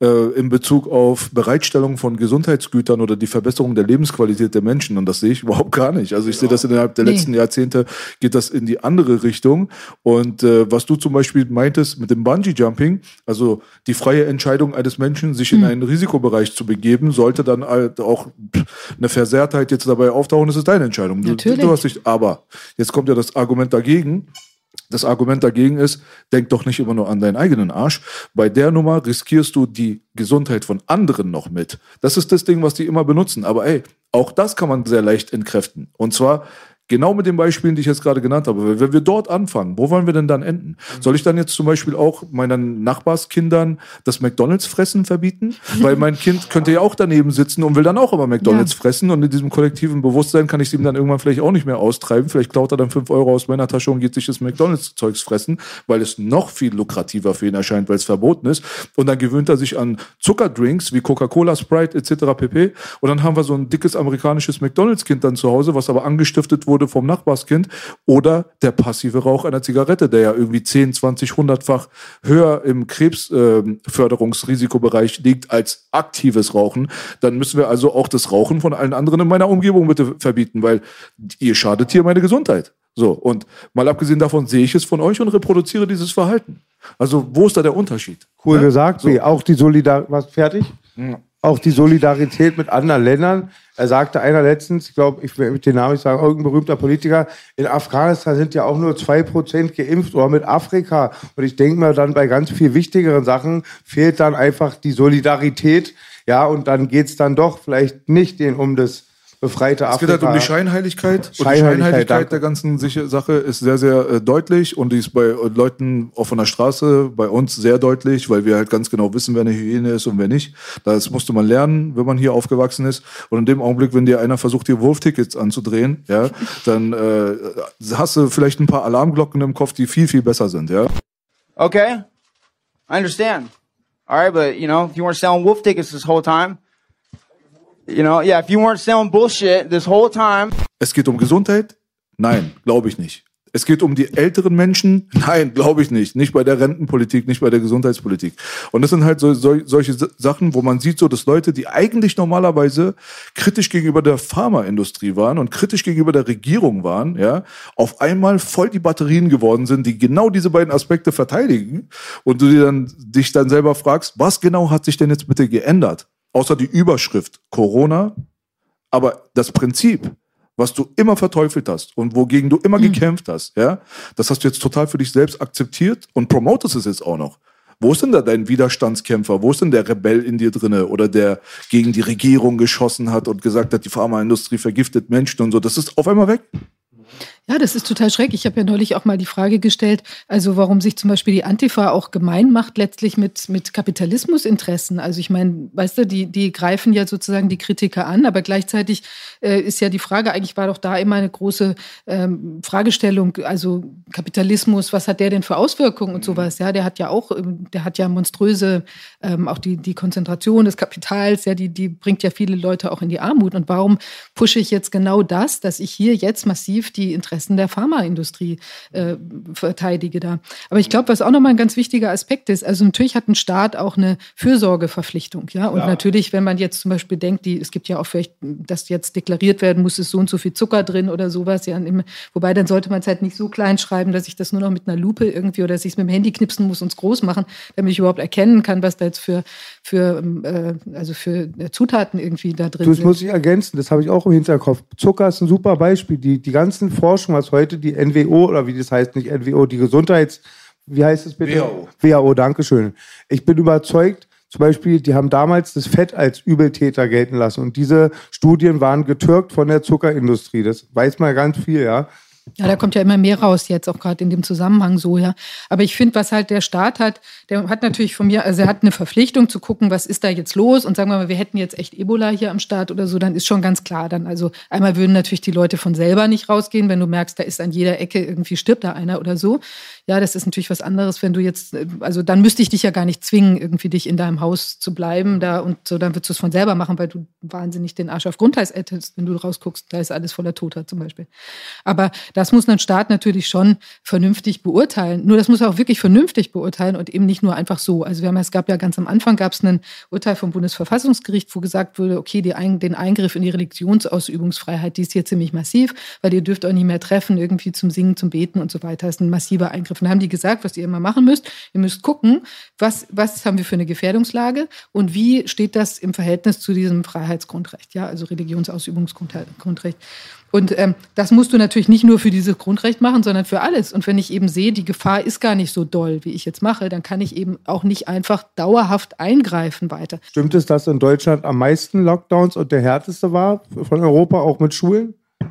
in Bezug auf Bereitstellung von Gesundheitsgütern oder die Verbesserung der Lebensqualität der Menschen. Und das sehe ich überhaupt gar nicht. Also ich sehe das innerhalb der letzten Jahrzehnte, geht das in die andere Richtung. Und was du zum Beispiel meintest mit dem Bungee-Jumping, also die freie Entscheidung eines Menschen, sich in einen Risikobereich zu begeben, sollte dann halt auch eine Versehrtheit jetzt dabei auftauchen, das ist deine Entscheidung. Du hast dich, aber jetzt kommt ja das Argument dagegen. Das Argument dagegen ist, denk doch nicht immer nur an deinen eigenen Arsch. Bei der Nummer riskierst du die Gesundheit von anderen noch mit. Das ist das Ding, was die immer benutzen. Aber ey, auch das kann man sehr leicht entkräften. Und zwar genau mit den Beispielen, die ich jetzt gerade genannt habe. Wenn wir dort anfangen, wo wollen wir denn dann enden? Soll ich dann jetzt zum Beispiel auch meinen Nachbarskindern das McDonalds-Fressen verbieten? Weil mein Kind könnte ja auch daneben sitzen und will dann auch immer McDonalds fressen. Und in diesem kollektiven Bewusstsein kann ich es ihm dann irgendwann vielleicht auch nicht mehr austreiben. Vielleicht klaut er dann 5 Euro aus meiner Tasche und geht sich das McDonalds-Zeugs fressen, weil es noch viel lukrativer für ihn erscheint, weil es verboten ist. Und dann gewöhnt er sich an Zuckerdrinks wie Coca-Cola, Sprite etc. pp. Und dann haben wir so ein dickes amerikanisches McDonalds-Kind dann zu Hause, was aber angestiftet wurde vom Nachbarskind, oder der passive Rauch einer Zigarette, der ja irgendwie 10, 20, 100-fach höher im Krebsförderungsrisikobereich liegt als aktives Rauchen, dann müssen wir also auch das Rauchen von allen anderen in meiner Umgebung bitte verbieten, weil ihr schadet hier meine Gesundheit. So, und mal abgesehen davon sehe ich es von euch und reproduziere dieses Verhalten. Also, wo ist da der Unterschied? Cool gesagt, so. Auch die Solidarität, Auch die Solidarität mit anderen Ländern. Er sagte einer letztens, ich glaube, ich will mit den Namen nicht sagen, irgendein berühmter Politiker, in Afghanistan sind ja auch nur 2% geimpft oder mit Afrika. Und ich denke mir dann, bei ganz viel wichtigeren Sachen fehlt dann einfach die Solidarität. Ja, und dann geht's dann doch vielleicht nicht um das befreite Afrika. Es geht halt um die Scheinheiligkeit. Und die Scheinheiligkeit der ganzen Sache ist sehr, sehr deutlich. Und die ist bei Leuten auch von der Straße, bei uns sehr deutlich, weil wir halt ganz genau wissen, wer eine Hyäne ist und wer nicht. Das musste man lernen, wenn man hier aufgewachsen ist. Und in dem Augenblick, wenn dir einer versucht, dir Wurftickets anzudrehen, ja, dann hast du vielleicht ein paar Alarmglocken im Kopf, die viel, viel besser sind. Ja? Okay, I understand. All right, but, you know, if you weren't selling wolf tickets this whole time, you know, yeah, if you weren't selling bullshit this whole time. Es geht um Gesundheit? Nein, glaube ich nicht. Es geht um die älteren Menschen? Nein, glaube ich nicht. Nicht bei der Rentenpolitik, nicht bei der Gesundheitspolitik. Und das sind halt solche Sachen, wo man sieht, so, dass Leute, die eigentlich normalerweise kritisch gegenüber der Pharmaindustrie waren und kritisch gegenüber der Regierung waren, ja, auf einmal voll die Batterien geworden sind, die genau diese beiden Aspekte verteidigen. Und du dich dann selber fragst, was genau hat sich denn jetzt bitte geändert? Außer die Überschrift Corona, aber das Prinzip, was du immer verteufelt hast und wogegen du immer gekämpft hast, ja, das hast du jetzt total für dich selbst akzeptiert und promotest es jetzt auch noch. Wo ist denn da dein Widerstandskämpfer? Wo ist denn der Rebell in dir drinne oder der gegen die Regierung geschossen hat und gesagt hat, die Pharmaindustrie vergiftet Menschen und so? Das ist auf einmal weg. Ja, das ist total schrecklich. Ich habe ja neulich auch mal die Frage gestellt, also warum sich zum Beispiel die Antifa auch gemein macht, letztlich mit Kapitalismusinteressen. Also ich meine, weißt du, die greifen ja sozusagen die Kritiker an, aber gleichzeitig ist ja die Frage, eigentlich war doch da immer eine große Fragestellung, also Kapitalismus, was hat der denn für Auswirkungen und sowas? Ja, der hat ja monströse, auch die Konzentration des Kapitals, ja, die bringt ja viele Leute auch in die Armut. Und warum pushe ich jetzt genau das, dass ich hier jetzt massiv die Interessen Interessen der Pharmaindustrie verteidige da. Aber ich glaube, was auch nochmal ein ganz wichtiger Aspekt ist, also natürlich hat ein Staat auch eine Fürsorgeverpflichtung, ja. Und natürlich, wenn man jetzt zum Beispiel denkt, es gibt ja auch vielleicht, dass jetzt deklariert werden muss, ist so und so viel Zucker drin oder sowas, ja. Wobei dann sollte man es halt nicht so klein schreiben, dass ich das nur noch mit einer Lupe irgendwie oder dass ich es mit dem Handy knipsen muss und es groß machen, damit ich überhaupt erkennen kann, was da jetzt für Zutaten irgendwie da drin sind. Das muss ich ergänzen, das habe ich auch im Hinterkopf. Zucker ist ein super Beispiel. Die ganzen Forschung, was heute die NWO, oder wie das heißt, nicht NWO, die wie heißt es bitte? WHO, Dankeschön. Ich bin überzeugt, zum Beispiel, die haben damals das Fett als Übeltäter gelten lassen. Und diese Studien waren getürkt von der Zuckerindustrie. Das weiß man ganz viel, ja. Ja, da kommt ja immer mehr raus jetzt, auch gerade in dem Zusammenhang so, ja. Aber ich finde, was halt der Staat hat, der hat natürlich von mir, also er hat eine Verpflichtung zu gucken, was ist da jetzt los, und sagen wir mal, wir hätten jetzt echt Ebola hier am Start oder so, dann ist schon ganz klar dann, also einmal würden natürlich die Leute von selber nicht rausgehen, wenn du merkst, da ist an jeder Ecke irgendwie stirbt da einer oder so. Ja, das ist natürlich was anderes, wenn du jetzt, also dann müsste ich dich ja gar nicht zwingen, irgendwie dich in deinem Haus zu bleiben da und so, dann würdest du es von selber machen, weil du wahnsinnig den Arsch auf Grundeis hättest, wenn du rausguckst, da ist alles voller Toter zum Beispiel. Aber das muss ein Staat natürlich schon vernünftig beurteilen. Nur das muss er auch wirklich vernünftig beurteilen und eben nicht nur einfach so. Also es gab ja ganz am Anfang gab es ein Urteil vom Bundesverfassungsgericht, wo gesagt wurde, okay, den Eingriff in die Religionsausübungsfreiheit, die ist hier ziemlich massiv, weil ihr dürft euch nicht mehr treffen, irgendwie zum Singen, zum Beten und so weiter. Das ist ein massiver Eingriff. Und dann haben die gesagt, was ihr immer machen müsst, ihr müsst gucken, was haben wir für eine Gefährdungslage und wie steht das im Verhältnis zu diesem Freiheitsgrundrecht, ja, also Religionsausübungsgrundrecht. Und das musst du natürlich nicht nur für dieses Grundrecht machen, sondern für alles. Und wenn ich eben sehe, die Gefahr ist gar nicht so doll, wie ich jetzt mache, dann kann ich eben auch nicht einfach dauerhaft eingreifen weiter. Stimmt es, dass in Deutschland am meisten Lockdowns und der härteste war von Europa, auch mit Schulen?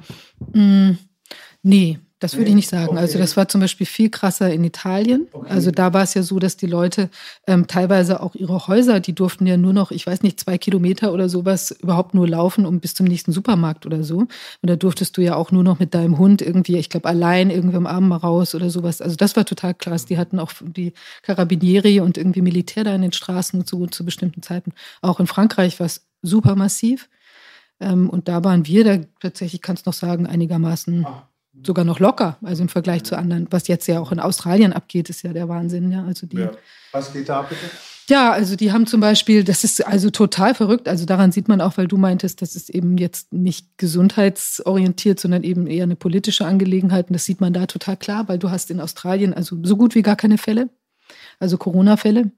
Nee. Das würde ich nicht sagen. Okay. Also das war zum Beispiel viel krasser in Italien. Okay. Also da war es ja so, dass die Leute teilweise auch ihre Häuser, die durften ja nur noch, ich weiß nicht, 2 Kilometer oder sowas überhaupt nur laufen, um bis zum nächsten Supermarkt oder so. Und da durftest du ja auch nur noch mit deinem Hund irgendwie, ich glaube, allein irgendwie am Abend mal raus oder sowas. Also das war total krass. Die hatten auch die Carabinieri und irgendwie Militär da in den Straßen und so zu bestimmten Zeiten. Auch in Frankreich war es super massiv. Und da waren wir da tatsächlich, kannst du noch sagen, einigermaßen sogar noch locker, also im Vergleich zu anderen. Was jetzt ja auch in Australien abgeht, ist ja der Wahnsinn. Ja. Also Was geht da bitte? Ja, also die haben zum Beispiel, das ist also total verrückt, also daran sieht man auch, weil du meintest, das ist eben jetzt nicht gesundheitsorientiert, sondern eben eher eine politische Angelegenheit. Und das sieht man da total klar, weil du hast in Australien also so gut wie gar keine Fälle, also Corona-Fälle.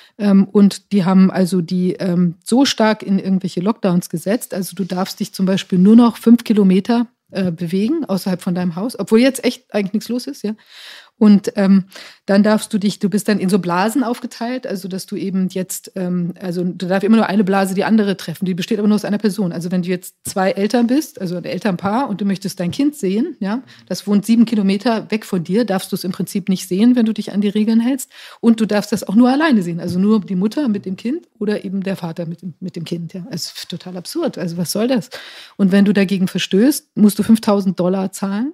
Und die haben also die so stark in irgendwelche Lockdowns gesetzt, also du darfst dich zum Beispiel nur noch 5 Kilometer bewegen außerhalb von deinem Haus, obwohl jetzt echt eigentlich nichts los ist, ja. Und dann du bist dann in so Blasen aufgeteilt, also dass du eben jetzt, also du darfst immer nur eine Blase die andere treffen, die besteht aber nur aus einer Person. Also wenn du jetzt 2 Eltern bist, also ein Elternpaar und du möchtest dein Kind sehen, ja, das wohnt 7 Kilometer weg von dir, darfst du es im Prinzip nicht sehen, wenn du dich an die Regeln hältst. Und du darfst das auch nur alleine sehen, also nur die Mutter mit dem Kind oder eben der Vater mit dem Kind, ja. Das ist total absurd, also was soll das? Und wenn du dagegen verstößt, musst du $5.000 zahlen.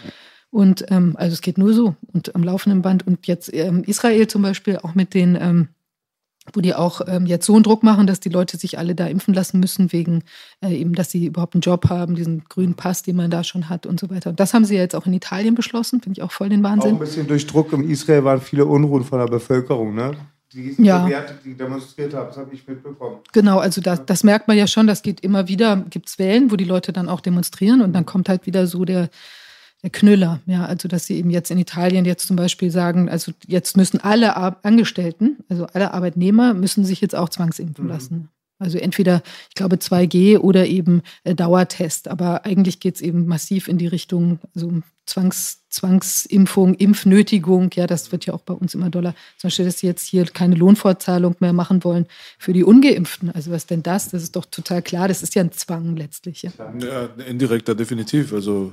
Und also es geht nur so und am laufenden Band. Und jetzt Israel zum Beispiel auch mit den, wo die auch jetzt so einen Druck machen, dass die Leute sich alle da impfen lassen müssen, wegen eben, dass sie überhaupt einen Job haben, diesen grünen Pass, den man da schon hat und so weiter. Und das haben sie jetzt auch in Italien beschlossen, finde ich auch voll den Wahnsinn. Auch ein bisschen durch Druck. In Israel waren viele Unruhen von der Bevölkerung, ne? Die demonstriert haben, das habe ich mitbekommen. Genau, also das merkt man ja schon, das geht immer wieder, gibt es Wellen, wo die Leute dann auch demonstrieren und dann kommt halt wieder so der Knüller, ja, also dass sie eben jetzt in Italien jetzt zum Beispiel sagen, also jetzt müssen alle Angestellten, also alle Arbeitnehmer müssen sich jetzt auch zwangsimpfen lassen. Also entweder, ich glaube, 2G oder eben Dauertest, aber eigentlich geht es eben massiv in die Richtung, also Zwangsimpfung, Impfnötigung, ja, das wird ja auch bei uns immer doller. Zum Beispiel, dass sie jetzt hier keine Lohnfortzahlung mehr machen wollen für die Ungeimpften. Also was denn das? Das ist doch total klar, das ist ja ein Zwang letztlich. Ja, indirekter definitiv. Also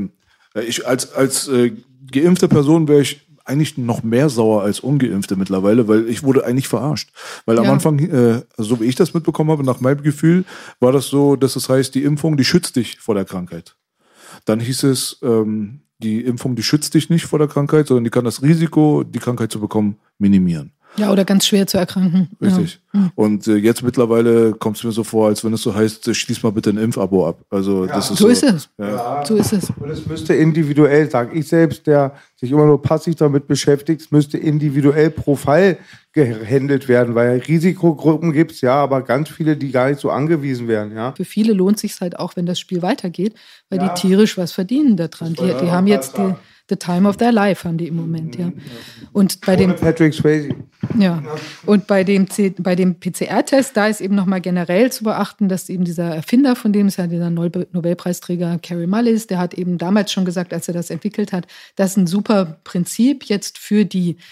ich als geimpfte Person wäre ich eigentlich noch mehr sauer als Ungeimpfte mittlerweile, weil ich wurde eigentlich verarscht. Weil am Anfang, so wie ich das mitbekommen habe, nach meinem Gefühl, war das so, dass es heißt, die Impfung, die schützt dich vor der Krankheit. Dann hieß es, die Impfung, die schützt dich nicht vor der Krankheit, sondern die kann das Risiko, die Krankheit zu bekommen, minimieren. Ja, oder ganz schwer zu erkranken. Richtig. Ja. Und jetzt mittlerweile kommt es mir so vor, als wenn es so heißt, schließ mal bitte ein Impfabo ab. Also das ist So ist es. Ja. So ist es. Und es müsste individuell, sage ich selbst, der sich immer nur passiv damit beschäftigt, es müsste individuell pro Fall gehandelt werden, weil Risikogruppen gibt es, ja, aber ganz viele, die gar nicht so angewiesen werden, ja. Für viele lohnt sich halt auch, wenn das Spiel weitergeht, weil die tierisch was verdienen daran. Die haben jetzt the time of their life, haben die im Moment, ja. Und bei dem Patrick Swayze. Ja, und bei dem PCR-Test, da ist eben nochmal generell zu beachten, dass eben dieser Erfinder, von dem ist ja dieser Nobelpreisträger Kary Mullis, der hat eben damals schon gesagt, als er das entwickelt hat, das ist ein super Prinzip jetzt für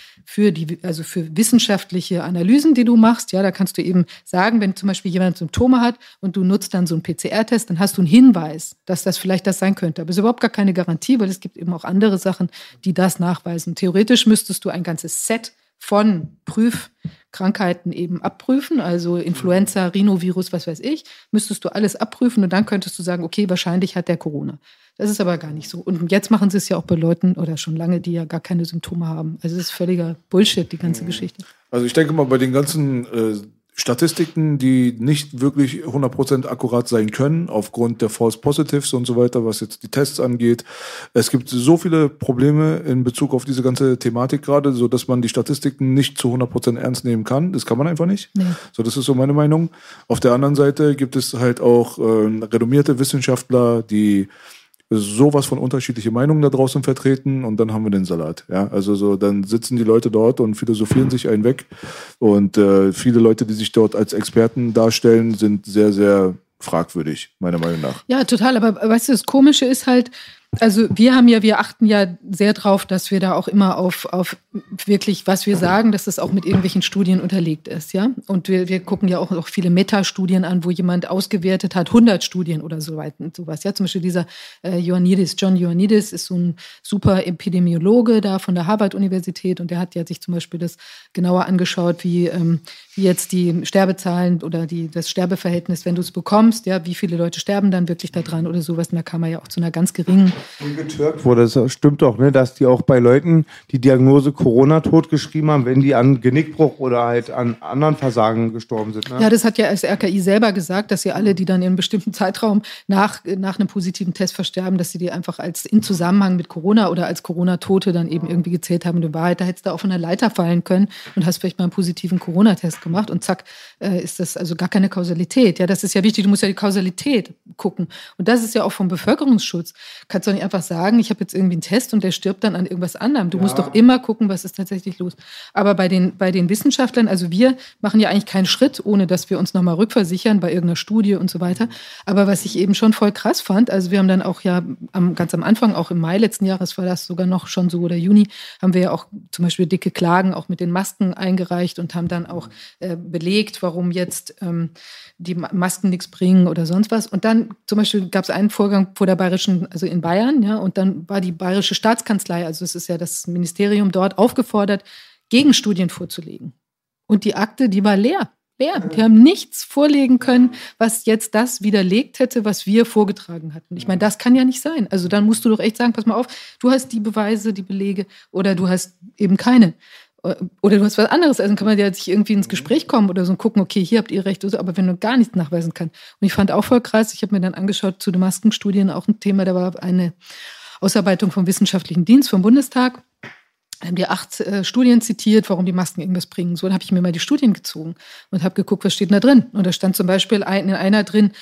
wissenschaftliche Analysen, die du machst. Ja, da kannst du eben sagen, wenn zum Beispiel jemand Symptome hat und du nutzt dann so einen PCR-Test, dann hast du einen Hinweis, dass das vielleicht das sein könnte. Aber es ist überhaupt gar keine Garantie, weil es gibt eben auch andere Sachen, die das nachweisen. Theoretisch müsstest du ein ganzes Set von Prüfkrankheiten eben abprüfen, also Influenza, Rhinovirus, was weiß ich, müsstest du alles abprüfen und dann könntest du sagen, okay, wahrscheinlich hat der Corona. Das ist aber gar nicht so. Und jetzt machen sie es ja auch bei Leuten oder schon lange, die ja gar keine Symptome haben. Also das ist völliger Bullshit, die ganze Geschichte. Also ich denke mal, bei den ganzen Statistiken, die nicht wirklich 100% akkurat sein können, aufgrund der False Positives und so weiter, was jetzt die Tests angeht. Es gibt so viele Probleme in Bezug auf diese ganze Thematik gerade, so dass man die Statistiken nicht zu 100% ernst nehmen kann. Das kann man einfach nicht. Nee. So, das ist so meine Meinung. Auf der anderen Seite gibt es halt auch renommierte Wissenschaftler, die sowas von unterschiedliche Meinungen da draußen vertreten und dann haben wir den Salat. Ja, also so, dann sitzen die Leute dort und philosophieren sich einen weg und viele Leute, die sich dort als Experten darstellen, sind sehr, sehr fragwürdig, meiner Meinung nach. Ja, total. Aber weißt du, das Komische ist halt, also wir achten ja sehr drauf, dass wir da auch immer auf wirklich, was wir sagen, dass das auch mit irgendwelchen Studien unterlegt ist, ja. Und wir gucken ja auch viele Metastudien an, wo jemand ausgewertet hat, 100 Studien oder so weit und sowas, ja. Zum Beispiel dieser John Ioannidis ist so ein super Epidemiologe da von der Harvard-Universität und der hat ja sich zum Beispiel das genauer angeschaut, wie jetzt die Sterbezahlen oder das Sterbeverhältnis, wenn du es bekommst, ja, wie viele Leute sterben dann wirklich daran oder sowas. Und da kam er ja auch zu einer ganz geringen getürkt wurde. Das stimmt doch, ne, dass die auch bei Leuten die Diagnose Corona-Tot geschrieben haben, wenn die an Genickbruch oder halt an anderen Versagen gestorben sind. Ne? Ja, das hat ja das RKI selber gesagt, dass sie alle, die dann in einem bestimmten Zeitraum nach einem positiven Test versterben, dass sie die einfach als in Zusammenhang mit Corona oder als Corona-Tote dann eben irgendwie gezählt haben. Und in Wahrheit, da hättest du auch von der Leiter fallen können und hast vielleicht mal einen positiven Corona-Test gemacht und zack, ist das also gar keine Kausalität. Ja, das ist ja wichtig, du musst ja die Kausalität gucken. Und das ist ja auch vom Bevölkerungsschutz. Kannst du nicht einfach sagen, ich habe jetzt irgendwie einen Test und der stirbt dann an irgendwas anderem. Du musst doch immer gucken, was ist tatsächlich los. Aber bei den Wissenschaftlern, also wir machen ja eigentlich keinen Schritt, ohne dass wir uns nochmal rückversichern bei irgendeiner Studie und so weiter. Aber was ich eben schon voll krass fand, also wir haben dann auch ja ganz am Anfang, auch im Mai letzten Jahres war das sogar noch schon so oder Juni, haben wir ja auch zum Beispiel dicke Klagen auch mit den Masken eingereicht und haben dann auch belegt, warum jetzt die Masken nichts bringen oder sonst was. Und dann zum Beispiel gab es einen Vorgang vor der bayerischen, also in Bayern, ja, und dann war die bayerische Staatskanzlei, also es ist ja das Ministerium dort, aufgefordert, Gegenstudien vorzulegen. Und die Akte, die war leer. Die haben nichts vorlegen können, was jetzt das widerlegt hätte, was wir vorgetragen hatten. Ich meine, das kann ja nicht sein. Also dann musst du doch echt sagen, pass mal auf, du hast die Beweise, die Belege oder du hast eben keine. Oder du hast was anderes, also dann kann man ja sich irgendwie ins Gespräch kommen oder so und gucken, okay, hier habt ihr recht, aber wenn du gar nichts nachweisen kannst. Und ich fand auch voll krass, ich habe mir dann angeschaut zu den Maskenstudien auch ein Thema, da war eine Ausarbeitung vom Wissenschaftlichen Dienst vom Bundestag. Da haben die 8 Studien zitiert, warum die Masken irgendwas bringen. So, dann habe ich mir mal die Studien gezogen und habe geguckt, was steht denn da drin. Und da stand zum Beispiel in einer drin,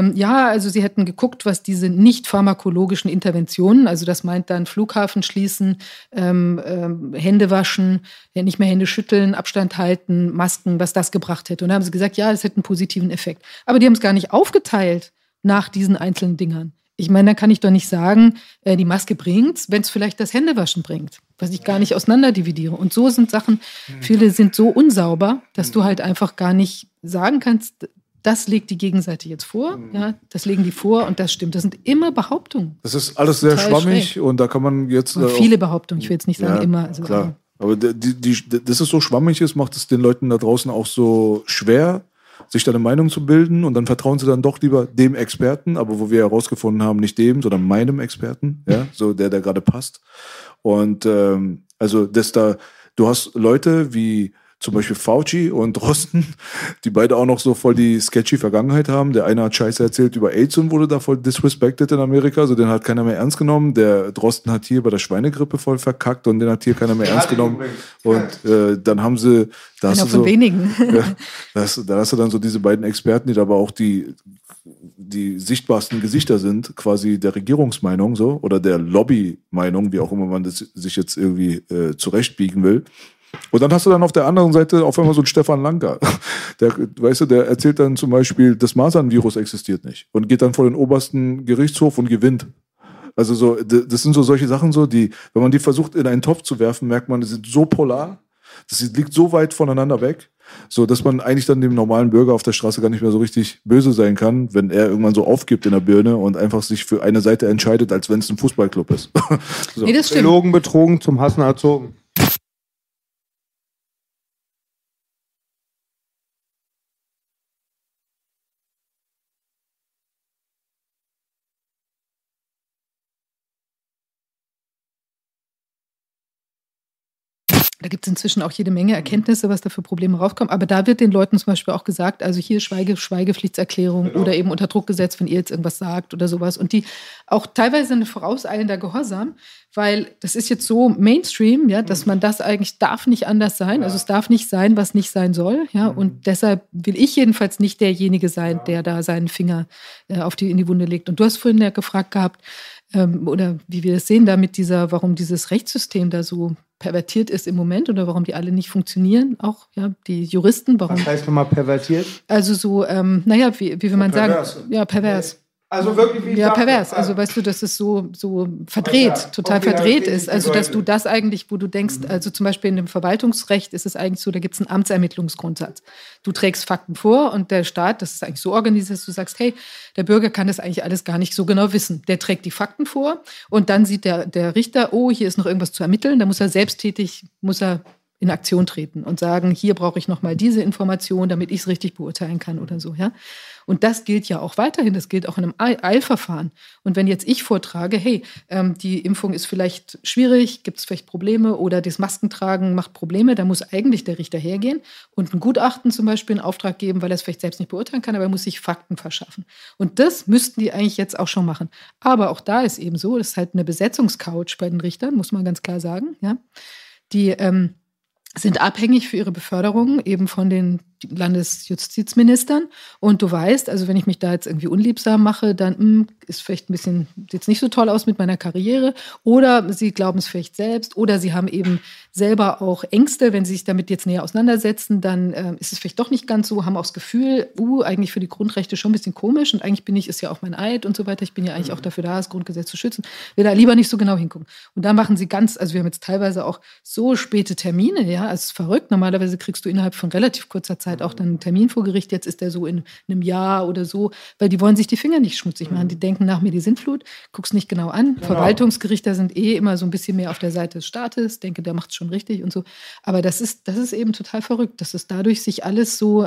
also sie hätten geguckt, was diese nicht pharmakologischen Interventionen, also das meint dann Flughafen schließen, Hände waschen, nicht mehr Hände schütteln, Abstand halten, Masken, was das gebracht hätte. Und da haben sie gesagt, ja, das hätte einen positiven Effekt. Aber die haben es gar nicht aufgeteilt nach diesen einzelnen Dingern. Ich meine, dann kann ich doch nicht sagen, die Maske bringt's, wenn es vielleicht das Händewaschen bringt, was ich gar nicht auseinanderdividiere. Und so sind Sachen, viele sind so unsauber, dass du halt einfach gar nicht sagen kannst, das legt die Gegenseite jetzt vor, ja, das legen die vor und das stimmt. Das sind immer Behauptungen. Das ist alles sehr schwammig schräg. Und da kann man jetzt... viele Behauptungen, ich will jetzt nicht sagen immer. Also klar. Aber dass es so schwammig ist, macht es den Leuten da draußen auch so schwer, sich da eine Meinung zu bilden und dann vertrauen sie dann doch lieber dem Experten, aber wo wir herausgefunden haben, nicht dem, sondern meinem Experten, ja, so der gerade passt. Und also du hast Leute wie zum Beispiel Fauci und Drosten, die beide auch noch so voll die sketchy Vergangenheit haben. Der eine hat Scheiße erzählt über AIDS und wurde da voll disrespected in Amerika, also den hat keiner mehr ernst genommen. Der Drosten hat hier bei der Schweinegrippe voll verkackt und den hat hier keiner mehr ernst genommen. Und dann haben sie... Da hast du von wenigen. Ja, da hast du dann so diese beiden Experten, die da aber auch die sichtbarsten Gesichter sind, quasi der Regierungsmeinung so oder der Lobbymeinung, wie auch immer man das sich jetzt irgendwie zurechtbiegen will. Und dann hast du dann auf der anderen Seite auf einmal so einen Stefan Lanka. Der erzählt dann zum Beispiel, das Masernvirus existiert nicht und geht dann vor den obersten Gerichtshof und gewinnt. Also so, das sind so solche Sachen so, die, wenn man die versucht in einen Topf zu werfen, merkt man, die sind so polar, das liegt so weit voneinander weg, so dass man eigentlich dann dem normalen Bürger auf der Straße gar nicht mehr so richtig böse sein kann, wenn er irgendwann so aufgibt in der Birne und einfach sich für eine Seite entscheidet, als wenn es ein Fußballclub ist. So. Nee, das stimmt. Belogen, betrogen, zum Hassen erzogen. Da gibt es inzwischen auch jede Menge Erkenntnisse, was da für Probleme rauskommen. Aber da wird den Leuten zum Beispiel auch gesagt, also hier Schweigepflichtserklärung oder eben unter Druck gesetzt, wenn ihr jetzt irgendwas sagt oder sowas. Und die auch teilweise ein vorauseilender Gehorsam, weil das ist jetzt so Mainstream, ja, dass man das eigentlich darf nicht anders sein. Also es darf nicht sein, was nicht sein soll. Ja, und deshalb will ich jedenfalls nicht derjenige sein, der da seinen Finger in die Wunde legt. Und du hast vorhin ja gefragt gehabt, oder wie wir es sehen, da mit warum dieses Rechtssystem da so pervertiert ist im Moment oder warum die alle nicht funktionieren, auch ja, die Juristen. Warum? Was heißt nochmal pervertiert? Also so, wie will man pervers. sagen? Ja, pervers. Also wirklich wie ich Ja, dachte. pervers. Also weißt du, dass es so verdreht, total verdreht ist. Also dass du das eigentlich, wo du denkst, also zum Beispiel in dem Verwaltungsrecht ist es eigentlich so, da gibt es einen Amtsermittlungsgrundsatz. Du trägst Fakten vor und der Staat, das ist eigentlich so organisiert, dass du sagst, hey, der Bürger kann das eigentlich alles gar nicht so genau wissen. Der trägt die Fakten vor und dann sieht der Richter, oh, hier ist noch irgendwas zu ermitteln, da muss er selbsttätig, in Aktion treten und sagen, hier brauche ich nochmal diese Information, damit ich es richtig beurteilen kann oder so. Ja? Und das gilt ja auch weiterhin, das gilt auch in einem Eilverfahren. Und wenn jetzt ich vortrage, hey, die Impfung ist vielleicht schwierig, gibt es vielleicht Probleme oder das Maskentragen macht Probleme, da muss eigentlich der Richter hergehen und ein Gutachten zum Beispiel in Auftrag geben, weil er es vielleicht selbst nicht beurteilen kann, aber er muss sich Fakten verschaffen. Und das müssten die eigentlich jetzt auch schon machen. Aber auch da ist eben so, das ist halt eine Besetzungscouch bei den Richtern, muss man ganz klar sagen. Ja? Die sind abhängig für ihre Beförderung eben von den Landesjustizministern. Und du weißt, also wenn ich mich da jetzt irgendwie unliebsam mache, dann ist vielleicht ein bisschen, sieht es nicht so toll aus mit meiner Karriere. Oder sie glauben es vielleicht selbst. Oder sie haben eben selber auch Ängste, wenn sie sich damit jetzt näher auseinandersetzen, dann ist es vielleicht doch nicht ganz so, haben auch das Gefühl, eigentlich für die Grundrechte schon ein bisschen komisch. Und eigentlich ist ja auch mein Eid und so weiter. Ich bin ja eigentlich auch dafür da, das Grundgesetz zu schützen. Will da lieber nicht so genau hingucken. Und da machen sie also wir haben jetzt teilweise auch so späte Termine, ja, es ist verrückt. Normalerweise kriegst du innerhalb von relativ kurzer Zeit auch dann einen Termin vor Gericht. Jetzt ist der so in einem Jahr oder so, weil die wollen sich die Finger nicht schmutzig machen. Die denken nach mir die Sintflut, guck's nicht genau an. Genau. Verwaltungsgerichter sind immer so ein bisschen mehr auf der Seite des Staates. Denke, der macht's schon richtig und so. Aber das ist eben total verrückt, dass es dadurch sich alles so,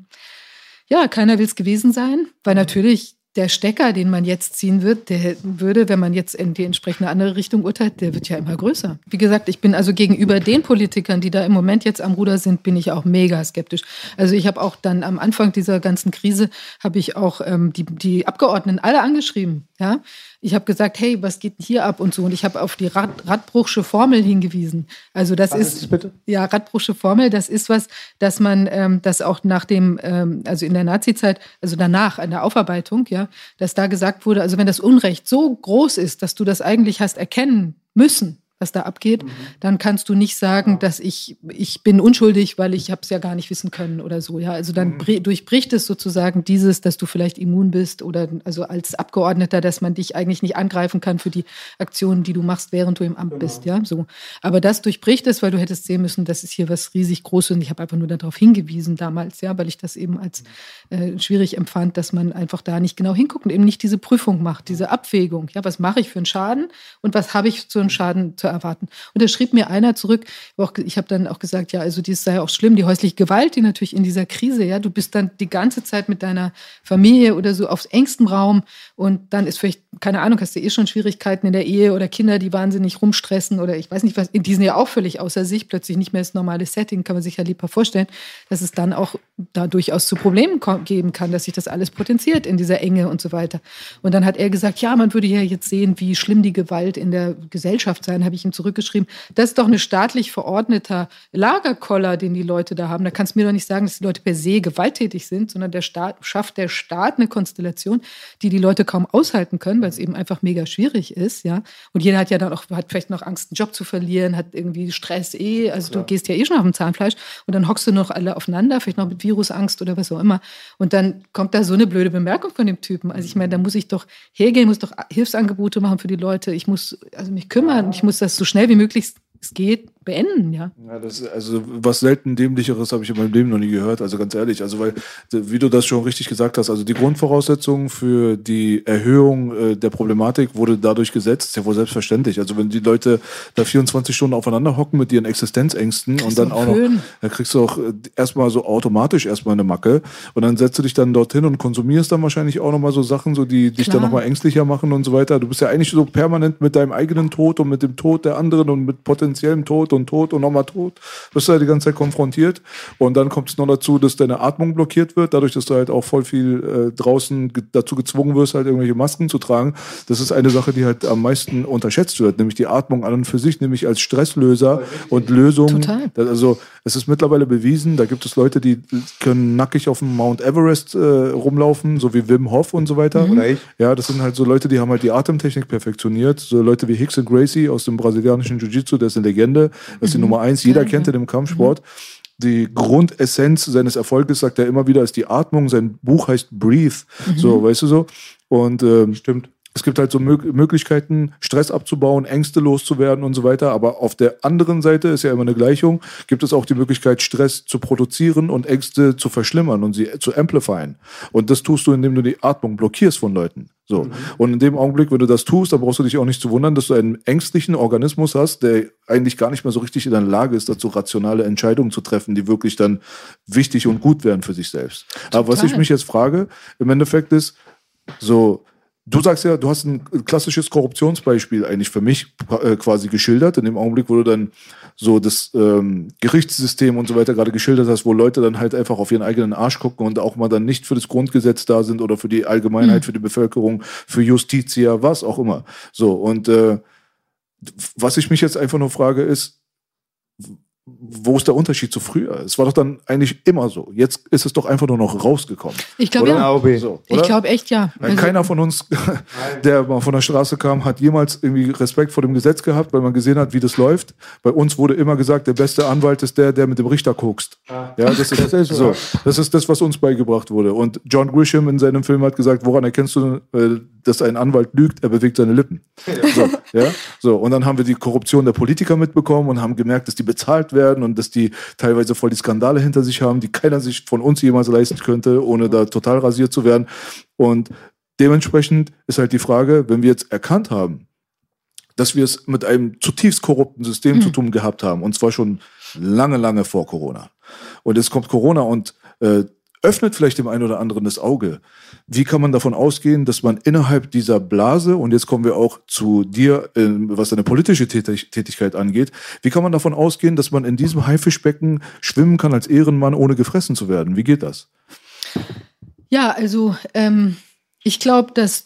keiner will's gewesen sein, weil natürlich der Stecker, den man jetzt ziehen wird, der würde, wenn man jetzt in die entsprechende andere Richtung urteilt, der wird ja immer größer. Wie gesagt, ich bin also gegenüber den Politikern, die da im Moment jetzt am Ruder sind, bin ich auch mega skeptisch. Also ich habe auch dann am Anfang dieser ganzen Krise, habe ich auch die Abgeordneten alle angeschrieben. Ja? Ich habe gesagt, hey, was geht denn hier ab und so. Und ich habe auf die Radbruchsche Formel hingewiesen. Also das ist bitte? Ja, Radbruchsche Formel, das ist was, dass man das auch nach dem, also in der Nazizeit, also danach, an der Aufarbeitung, ja, dass da gesagt wurde, also wenn das Unrecht so groß ist, dass du das eigentlich hast erkennen müssen, was da abgeht, dann kannst du nicht sagen, dass ich bin unschuldig, weil ich habe es ja gar nicht wissen können oder so. Ja, also dann durchbricht es sozusagen dieses, dass du vielleicht immun bist oder also als Abgeordneter, dass man dich eigentlich nicht angreifen kann für die Aktionen, die du machst, während du im Amt bist. Ja, so. Aber das durchbricht es, weil du hättest sehen müssen, das ist hier was riesig Großes und ich habe einfach nur darauf hingewiesen damals, ja, weil ich das eben als schwierig empfand, dass man einfach da nicht genau hinguckt und eben nicht diese Prüfung macht, diese Abwägung. Ja, was mache ich für einen Schaden und was habe ich zu einem Schaden zu erwarten. Und da schrieb mir einer zurück, ich habe dann auch gesagt, ja, also das sei auch schlimm, die häusliche Gewalt, die natürlich in dieser Krise, ja, du bist dann die ganze Zeit mit deiner Familie oder so auf engstem Raum und dann ist vielleicht, keine Ahnung, hast du schon Schwierigkeiten in der Ehe oder Kinder, die wahnsinnig rumstressen oder ich weiß nicht was, die sind ja auch völlig außer sich, plötzlich nicht mehr das normale Setting, kann man sich ja lieber vorstellen, dass es dann auch da durchaus zu Problemen geben kann, dass sich das alles potenziert in dieser Enge und so weiter. Und dann hat er gesagt, ja, man würde ja jetzt sehen, wie schlimm die Gewalt in der Gesellschaft sein, habe ich ihm zurückgeschrieben. Das ist doch ein staatlich verordneter Lagerkoller, den die Leute da haben. Da kannst du mir doch nicht sagen, dass die Leute per se gewalttätig sind, sondern schafft der Staat eine Konstellation, die Leute kaum aushalten können, weil es eben einfach mega schwierig ist, ja. Und jeder hat ja dann auch, hat vielleicht noch Angst, einen Job zu verlieren, hat irgendwie Stress also du gehst ja schon auf dem Zahnfleisch und dann hockst du noch alle aufeinander, vielleicht noch mit Virusangst oder was auch immer. Und dann kommt da so eine blöde Bemerkung von dem Typen. Also ich meine, da muss ich doch hergehen, muss doch Hilfsangebote machen für die Leute. Ich muss mich kümmern, ich muss das so schnell wie möglich es geht beenden, ja. Ja, also was selten Dämlicheres habe ich in meinem Leben noch nie gehört, also ganz ehrlich, also weil, wie du das schon richtig gesagt hast, also die Grundvoraussetzung für die Erhöhung der Problematik wurde dadurch gesetzt, ist ja wohl selbstverständlich, also wenn die Leute da 24 Stunden aufeinander hocken mit ihren Existenzängsten und dann auch noch, dann kriegst du auch erstmal so automatisch erstmal eine Macke und dann setzt du dich dann dorthin und konsumierst dann wahrscheinlich auch nochmal so Sachen, so die dich dann nochmal ängstlicher machen und so weiter. Du bist ja eigentlich so permanent mit deinem eigenen Tod und mit dem Tod der anderen und mit potenziellem Tod und nochmal Tod, bist du ja die ganze Zeit konfrontiert und dann kommt es noch dazu, dass deine Atmung blockiert wird, dadurch, dass du halt auch voll viel draußen dazu gezwungen wirst, halt irgendwelche Masken zu tragen. Das ist eine Sache, die halt am meisten unterschätzt wird, nämlich die Atmung an und für sich, nämlich als Stresslöser und Lösung. Total. Also es ist mittlerweile bewiesen, da gibt es Leute, die können nackig auf dem Mount Everest rumlaufen, so wie Wim Hof und so weiter. Oder ich. Ja, das sind halt so Leute, die haben halt die Atemtechnik perfektioniert, so Leute wie Hickson Gracie aus dem brasilianischen Jiu-Jitsu, der ist eine Legende, das ist die Nummer 1, jeder kennt ihn im Kampfsport. Die Grundessenz seines Erfolges, sagt er immer wieder, ist die Atmung. Sein Buch heißt Breathe, so, weißt du so. Und stimmt. Es gibt halt so Möglichkeiten, Stress abzubauen, Ängste loszuwerden und so weiter. Aber auf der anderen Seite ist ja immer eine Gleichung, gibt es auch die Möglichkeit, Stress zu produzieren und Ängste zu verschlimmern und sie zu amplifieren. Und das tust du, indem du die Atmung blockierst von Leuten. So. Und in dem Augenblick, wenn du das tust, dann brauchst du dich auch nicht zu wundern, dass du einen ängstlichen Organismus hast, der eigentlich gar nicht mehr so richtig in der Lage ist, dazu rationale Entscheidungen zu treffen, die wirklich dann wichtig und gut wären für sich selbst. Total. Aber was ich mich jetzt frage, im Endeffekt ist, so, du sagst ja, du hast ein klassisches Korruptionsbeispiel eigentlich für mich quasi geschildert, in dem Augenblick, wo du dann so das Gerichtssystem und so weiter gerade geschildert hast, wo Leute dann halt einfach auf ihren eigenen Arsch gucken und auch mal dann nicht für das Grundgesetz da sind oder für die Allgemeinheit, für die Bevölkerung, für Justitia, was auch immer. So, und was ich mich jetzt einfach nur frage ist, wo ist der Unterschied zu früher? Es war doch dann eigentlich immer so. Jetzt ist es doch einfach nur noch rausgekommen. Ich glaube ja. So, ich glaube echt ja. Weil keiner von uns, der mal von der Straße kam, hat jemals irgendwie Respekt vor dem Gesetz gehabt, weil man gesehen hat, wie das läuft. Bei uns wurde immer gesagt, der beste Anwalt ist der mit dem Richter kokst. Ja, das ist so. Das ist das, was uns beigebracht wurde. Und John Grisham in seinem Film hat gesagt, woran erkennst du, dass ein Anwalt lügt? Er bewegt seine Lippen. So, ja? So. Und dann haben wir die Korruption der Politiker mitbekommen und haben gemerkt, dass die bezahlt werden und dass die teilweise voll die Skandale hinter sich haben, die keiner sich von uns jemals leisten könnte, ohne da total rasiert zu werden. Und dementsprechend ist halt die Frage, wenn wir jetzt erkannt haben, dass wir es mit einem zutiefst korrupten System zu tun gehabt haben, und zwar schon lange, lange vor Corona. Und jetzt kommt Corona und öffnet vielleicht dem einen oder anderen das Auge. Wie kann man davon ausgehen, dass man innerhalb dieser Blase, und jetzt kommen wir auch zu dir, was deine politische Tätigkeit angeht, wie kann man davon ausgehen, dass man in diesem Haifischbecken schwimmen kann als Ehrenmann, ohne gefressen zu werden? Wie geht das? Ja, also ich glaube, dass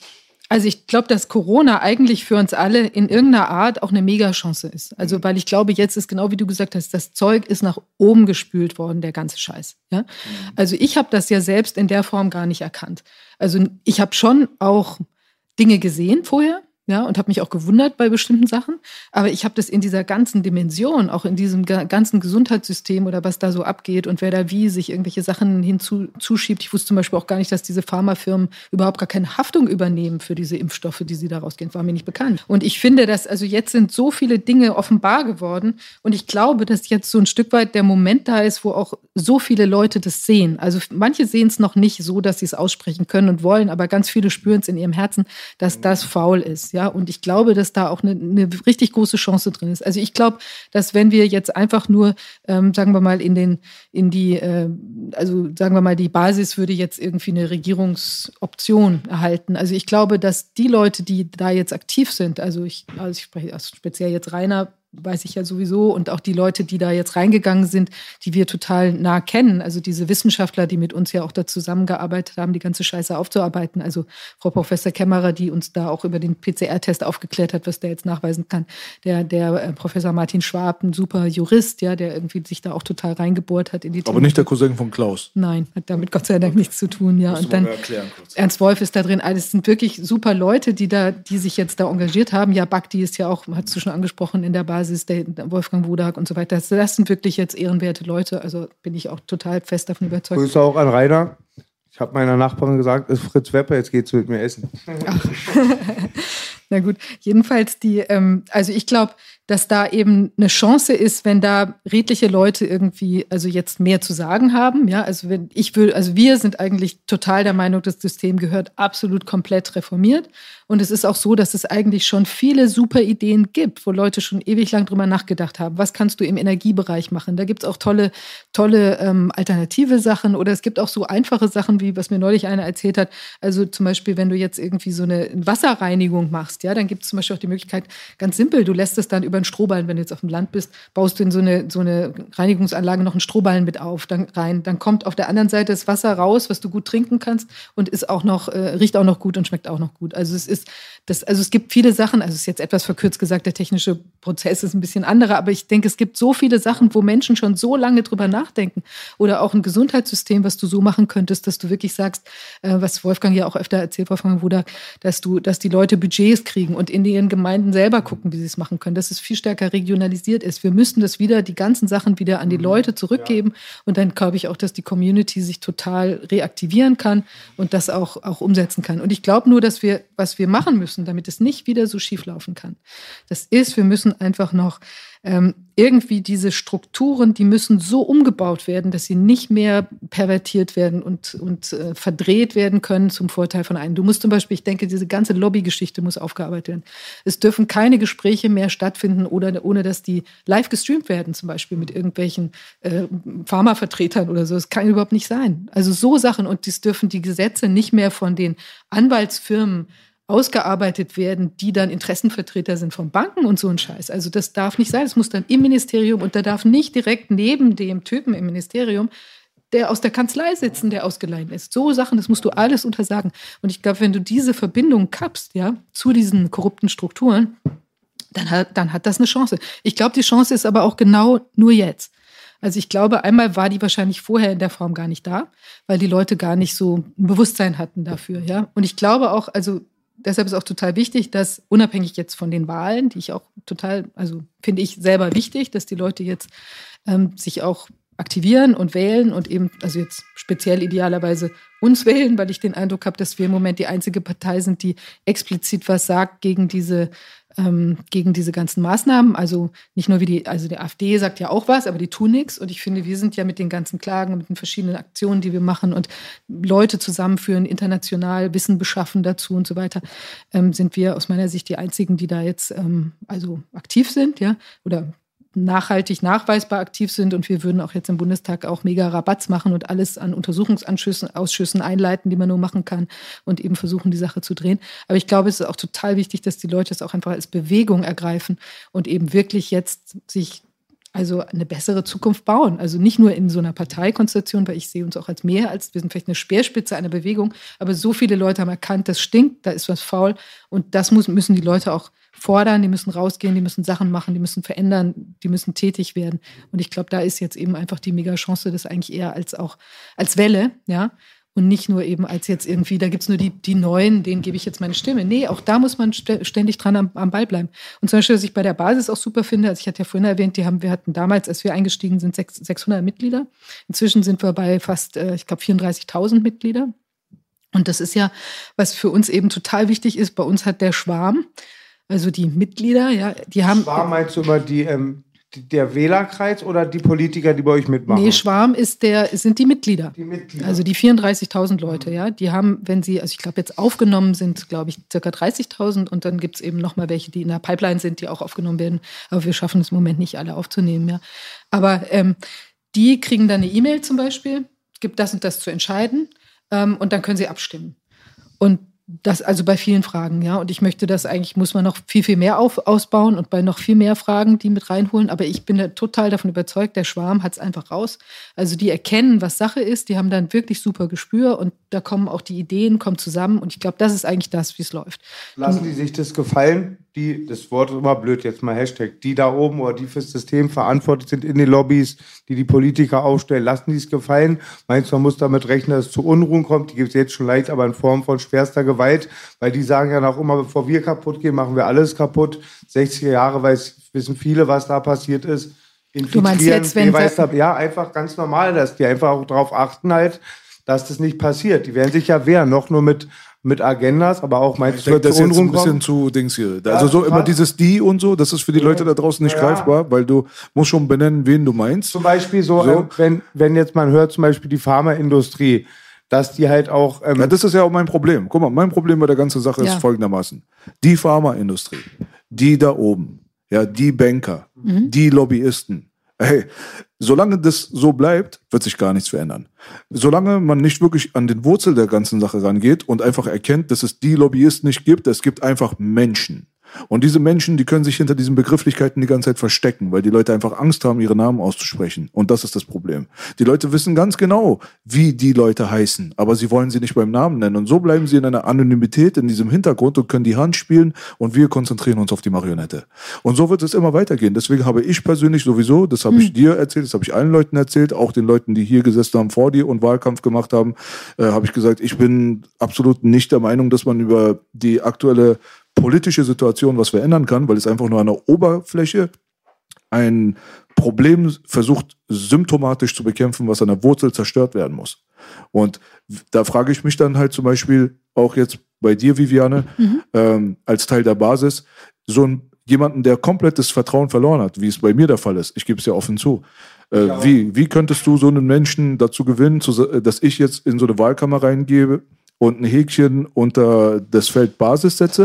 Corona eigentlich für uns alle in irgendeiner Art auch eine Mega-Chance ist. Also, weil ich glaube, jetzt ist genau wie du gesagt hast, das Zeug ist nach oben gespült worden, der ganze Scheiß. Ja? Also ich habe das ja selbst in der Form gar nicht erkannt. Also ich habe schon auch Dinge gesehen vorher, ja, und habe mich auch gewundert bei bestimmten Sachen. Aber ich habe das in dieser ganzen Dimension, auch in diesem ganzen Gesundheitssystem oder was da so abgeht und wer da wie sich irgendwelche Sachen hinzuschiebt. Ich wusste zum Beispiel auch gar nicht, dass diese Pharmafirmen überhaupt gar keine Haftung übernehmen für diese Impfstoffe, die sie da rausgehen. War mir nicht bekannt. Und ich finde, dass also jetzt sind so viele Dinge offenbar geworden. Und ich glaube, dass jetzt so ein Stück weit der Moment da ist, wo auch so viele Leute das sehen. Also manche sehen es noch nicht so, dass sie es aussprechen können und wollen, aber ganz viele spüren es in ihrem Herzen, dass das faul ist. Ja, ja. Und ich glaube, dass da auch eine richtig große Chance drin ist. Also ich glaube, dass wenn wir jetzt einfach nur, sagen wir mal, sagen wir mal, die Basis würde jetzt irgendwie eine Regierungsoption erhalten. Also ich glaube, dass die Leute, die da jetzt aktiv sind, also ich spreche speziell jetzt Rainer, weiß ich ja sowieso, und auch die Leute, die da jetzt reingegangen sind, die wir total nah kennen, also diese Wissenschaftler, die mit uns ja auch da zusammengearbeitet haben, die ganze Scheiße aufzuarbeiten, also Frau Professor Kämmerer, die uns da auch über den PCR-Test aufgeklärt hat, was der jetzt nachweisen kann, der Professor Martin Schwab, ein super Jurist, ja, der irgendwie sich da auch total reingebohrt hat in die Themen. Aber nicht der Cousin von Klaus. Nein, hat damit Gott sei Dank nichts zu tun, ja. Und dann Ernst Wolf ist da drin, alles sind wirklich super Leute, die sich jetzt da engagiert haben. Ja, Bakti ist ja auch, hast du schon angesprochen, in der Basis, der Wolfgang Wodak und so weiter. Das sind wirklich jetzt ehrenwerte Leute. Also bin ich auch total fest davon überzeugt. Grüße auch an Rainer. Ich habe meiner Nachbarin gesagt, ist Fritz Wepper, jetzt geht's mit mir essen. Ach. Na gut, jedenfalls also ich glaube, dass da eben eine Chance ist, wenn da redliche Leute irgendwie, also jetzt mehr zu sagen haben, ja, also wir sind eigentlich total der Meinung, das System gehört absolut komplett reformiert. Und es ist auch so, dass es eigentlich schon viele super Ideen gibt, wo Leute schon ewig lang drüber nachgedacht haben. Was kannst du im Energiebereich machen? Da gibt es auch tolle alternative Sachen, oder es gibt auch so einfache Sachen, wie was mir neulich einer erzählt hat. Also zum Beispiel, wenn du jetzt irgendwie so eine Wasserreinigung machst, ja, dann gibt es zum Beispiel auch die Möglichkeit, ganz simpel, du lässt es dann über einen Strohballen, wenn du jetzt auf dem Land bist, baust du in so eine Reinigungsanlage noch einen Strohballen mit auf, dann kommt auf der anderen Seite das Wasser raus, was du gut trinken kannst, und ist auch noch, riecht auch noch gut und schmeckt auch noch gut. Also es gibt viele Sachen, also es ist jetzt etwas verkürzt gesagt, der technische Prozess ist ein bisschen anderer, aber ich denke, es gibt so viele Sachen, wo Menschen schon so lange drüber nachdenken, oder auch ein Gesundheitssystem, was du so machen könntest, dass du wirklich sagst, was Wolfgang ja auch öfter erzählt, Wolfgang Wodak, dass die Leute Budgets kriegen und in ihren Gemeinden selber gucken, wie sie es machen können, dass es viel stärker regionalisiert ist. Wir müssten das die ganzen Sachen wieder an die Leute zurückgeben, und dann glaube ich auch, dass die Community sich total reaktivieren kann und das auch umsetzen kann. Und ich glaube nur, dass was wir machen müssen, damit es nicht wieder so schief laufen kann, wir müssen einfach noch irgendwie diese Strukturen, die müssen so umgebaut werden, dass sie nicht mehr pervertiert werden und verdreht werden können zum Vorteil von einem. Du musst zum Beispiel, ich denke, diese ganze Lobbygeschichte muss aufgearbeitet werden. Es dürfen keine Gespräche mehr stattfinden, ohne dass die live gestreamt werden, zum Beispiel mit irgendwelchen Pharmavertretern oder so. Das kann überhaupt nicht sein. Also so Sachen, und das dürfen die Gesetze nicht mehr von den Anwaltsfirmen ausgearbeitet werden, die dann Interessenvertreter sind von Banken und so ein Scheiß. Also das darf nicht sein. Es muss dann im Ministerium, und da darf nicht direkt neben dem Typen im Ministerium der aus der Kanzlei sitzen, der ausgeleihen ist. So Sachen, das musst du alles untersagen. Und ich glaube, wenn du diese Verbindung kappst, ja, zu diesen korrupten Strukturen, dann hat das eine Chance. Ich glaube, die Chance ist aber auch genau nur jetzt. Also ich glaube, einmal war die wahrscheinlich vorher in der Form gar nicht da, weil die Leute gar nicht so ein Bewusstsein hatten dafür, ja. Und ich glaube auch, also deshalb ist auch total wichtig, dass unabhängig jetzt von den Wahlen, die ich auch total, also finde ich selber wichtig, dass die Leute jetzt sich auch aktivieren und wählen und eben, also jetzt speziell idealerweise uns wählen, weil ich den Eindruck habe, dass wir im Moment die einzige Partei sind, die explizit was sagt gegen diese ganzen Maßnahmen. Also nicht nur also die AfD sagt ja auch was, aber die tun nichts. Und ich finde, wir sind ja mit den ganzen Klagen, mit den verschiedenen Aktionen, die wir machen und Leute zusammenführen, international Wissen beschaffen dazu und so weiter, sind wir aus meiner Sicht die einzigen, die da jetzt also aktiv sind, ja, oder nachhaltig nachweisbar aktiv sind, und wir würden auch jetzt im Bundestag auch mega Rabatz machen und alles an Untersuchungsausschüssen einleiten, die man nur machen kann, und eben versuchen, die Sache zu drehen. Aber ich glaube, es ist auch total wichtig, dass die Leute es auch einfach als Bewegung ergreifen und eben wirklich jetzt sich also eine bessere Zukunft bauen. Also nicht nur in so einer Parteikonstellation, weil ich sehe uns auch als wir sind vielleicht eine Speerspitze einer Bewegung, aber so viele Leute haben erkannt, das stinkt, da ist was faul, und das müssen die Leute auch fordern, die müssen rausgehen, die müssen Sachen machen, die müssen verändern, die müssen tätig werden. Und ich glaube, da ist jetzt eben einfach die Mega-Chance, das eigentlich eher als Welle, ja, und nicht nur eben als jetzt irgendwie, da gibt es nur die Neuen, denen gebe ich jetzt meine Stimme. Nee, auch da muss man ständig dran am Ball bleiben. Und zum Beispiel, was ich bei der Basis auch super finde, also ich hatte ja vorhin erwähnt, wir hatten damals, als wir eingestiegen sind, 600 Mitglieder. Inzwischen sind wir bei fast, ich glaube, 34.000 Mitglieder. Und das ist ja, was für uns eben total wichtig ist. Bei uns hat der Schwarm, also die Mitglieder, ja, die haben. Schwarm meinst du immer die, die Mitglieder, die in der Basis sind? Genau, die Mitglieder, die in der Basis sind. Also die Mitglieder, die in der Basis sind, der Wählerkreis oder die Politiker, die bei euch mitmachen? Nee, Schwarm sind die Mitglieder. Die Mitglieder. Also die 34.000 Leute, ja. Die haben, wenn sie, also ich glaube jetzt aufgenommen sind, glaube ich, ca. 30.000 und dann gibt es eben nochmal welche, die in der Pipeline sind, die auch aufgenommen werden. Aber wir schaffen es im Moment nicht, alle aufzunehmen, ja. Aber die kriegen dann eine E-Mail zum Beispiel, gibt das und das zu entscheiden und dann können sie abstimmen. Und das also bei vielen Fragen, ja. Und ich möchte das eigentlich, muss man noch viel, viel mehr ausbauen und bei noch viel mehr Fragen die mit reinholen. Aber ich bin da total davon überzeugt, der Schwarm hat es einfach raus. Also die erkennen, was Sache ist, die haben dann wirklich super Gespür und da kommen auch die Ideen, kommen zusammen. Und ich glaube, das ist eigentlich das, wie es läuft. Lassen die sich das gefallen? Das Wort ist immer blöd, jetzt mal Hashtag, die da oben oder die fürs System verantwortlich sind in den Lobbys, die Politiker aufstellen, lassen die es gefallen? Meinst du, man muss damit rechnen, dass es zu Unruhen kommt? Die gibt es jetzt schon leicht, aber in Form von schwerster Gewalt, weil die sagen ja auch immer, bevor wir kaputt gehen, machen wir alles kaputt. 60er Jahre wissen viele, was da passiert ist. Du meinst jetzt, wenn ja, einfach ganz normal, dass die einfach auch darauf achten halt, dass das nicht passiert. Die werden sich ja wehren, noch nur mit Agendas, aber auch meinst du, das ist jetzt ein bisschen zu Dings hier. Also so immer dieses die und so, das ist für die Leute da draußen nicht greifbar, weil du musst schon benennen, wen du meinst. Zum Beispiel so. Wenn jetzt man hört, zum Beispiel die Pharmaindustrie, dass die halt auch... ja, das ist ja auch mein Problem. Guck mal, mein Problem bei der ganzen Sache ist folgendermaßen. Die Pharmaindustrie, die da oben, ja, die Banker, die Lobbyisten, hey, solange das so bleibt, wird sich gar nichts verändern. Solange man nicht wirklich an den Wurzel der ganzen Sache rangeht und einfach erkennt, dass es die Lobbyisten nicht gibt, es gibt einfach Menschen. Und diese Menschen, die können sich hinter diesen Begrifflichkeiten die ganze Zeit verstecken, weil die Leute einfach Angst haben, ihre Namen auszusprechen. Und das ist das Problem. Die Leute wissen ganz genau, wie die Leute heißen, aber sie wollen sie nicht beim Namen nennen. Und so bleiben sie in einer Anonymität in diesem Hintergrund und können die Hand spielen und wir konzentrieren uns auf die Marionette. Und so wird es immer weitergehen. Deswegen habe ich persönlich sowieso, das habe ich dir erzählt, das habe ich allen Leuten erzählt, auch den Leuten, die hier gesessen haben vor dir und Wahlkampf gemacht haben, habe ich gesagt, ich bin absolut nicht der Meinung, dass man über die aktuelle politische Situation was verändern kann, weil es einfach nur an der Oberfläche ein Problem versucht, symptomatisch zu bekämpfen, was an der Wurzel zerstört werden muss. Und da frage ich mich dann halt zum Beispiel auch jetzt bei dir, Viviane, als Teil der Basis, jemanden, der komplett das Vertrauen verloren hat, wie es bei mir der Fall ist. Ich gebe es ja offen zu. Wie könntest du so einen Menschen dazu gewinnen, dass ich jetzt in so eine Wahlkammer reingebe und ein Häkchen unter das Feld Basis setze?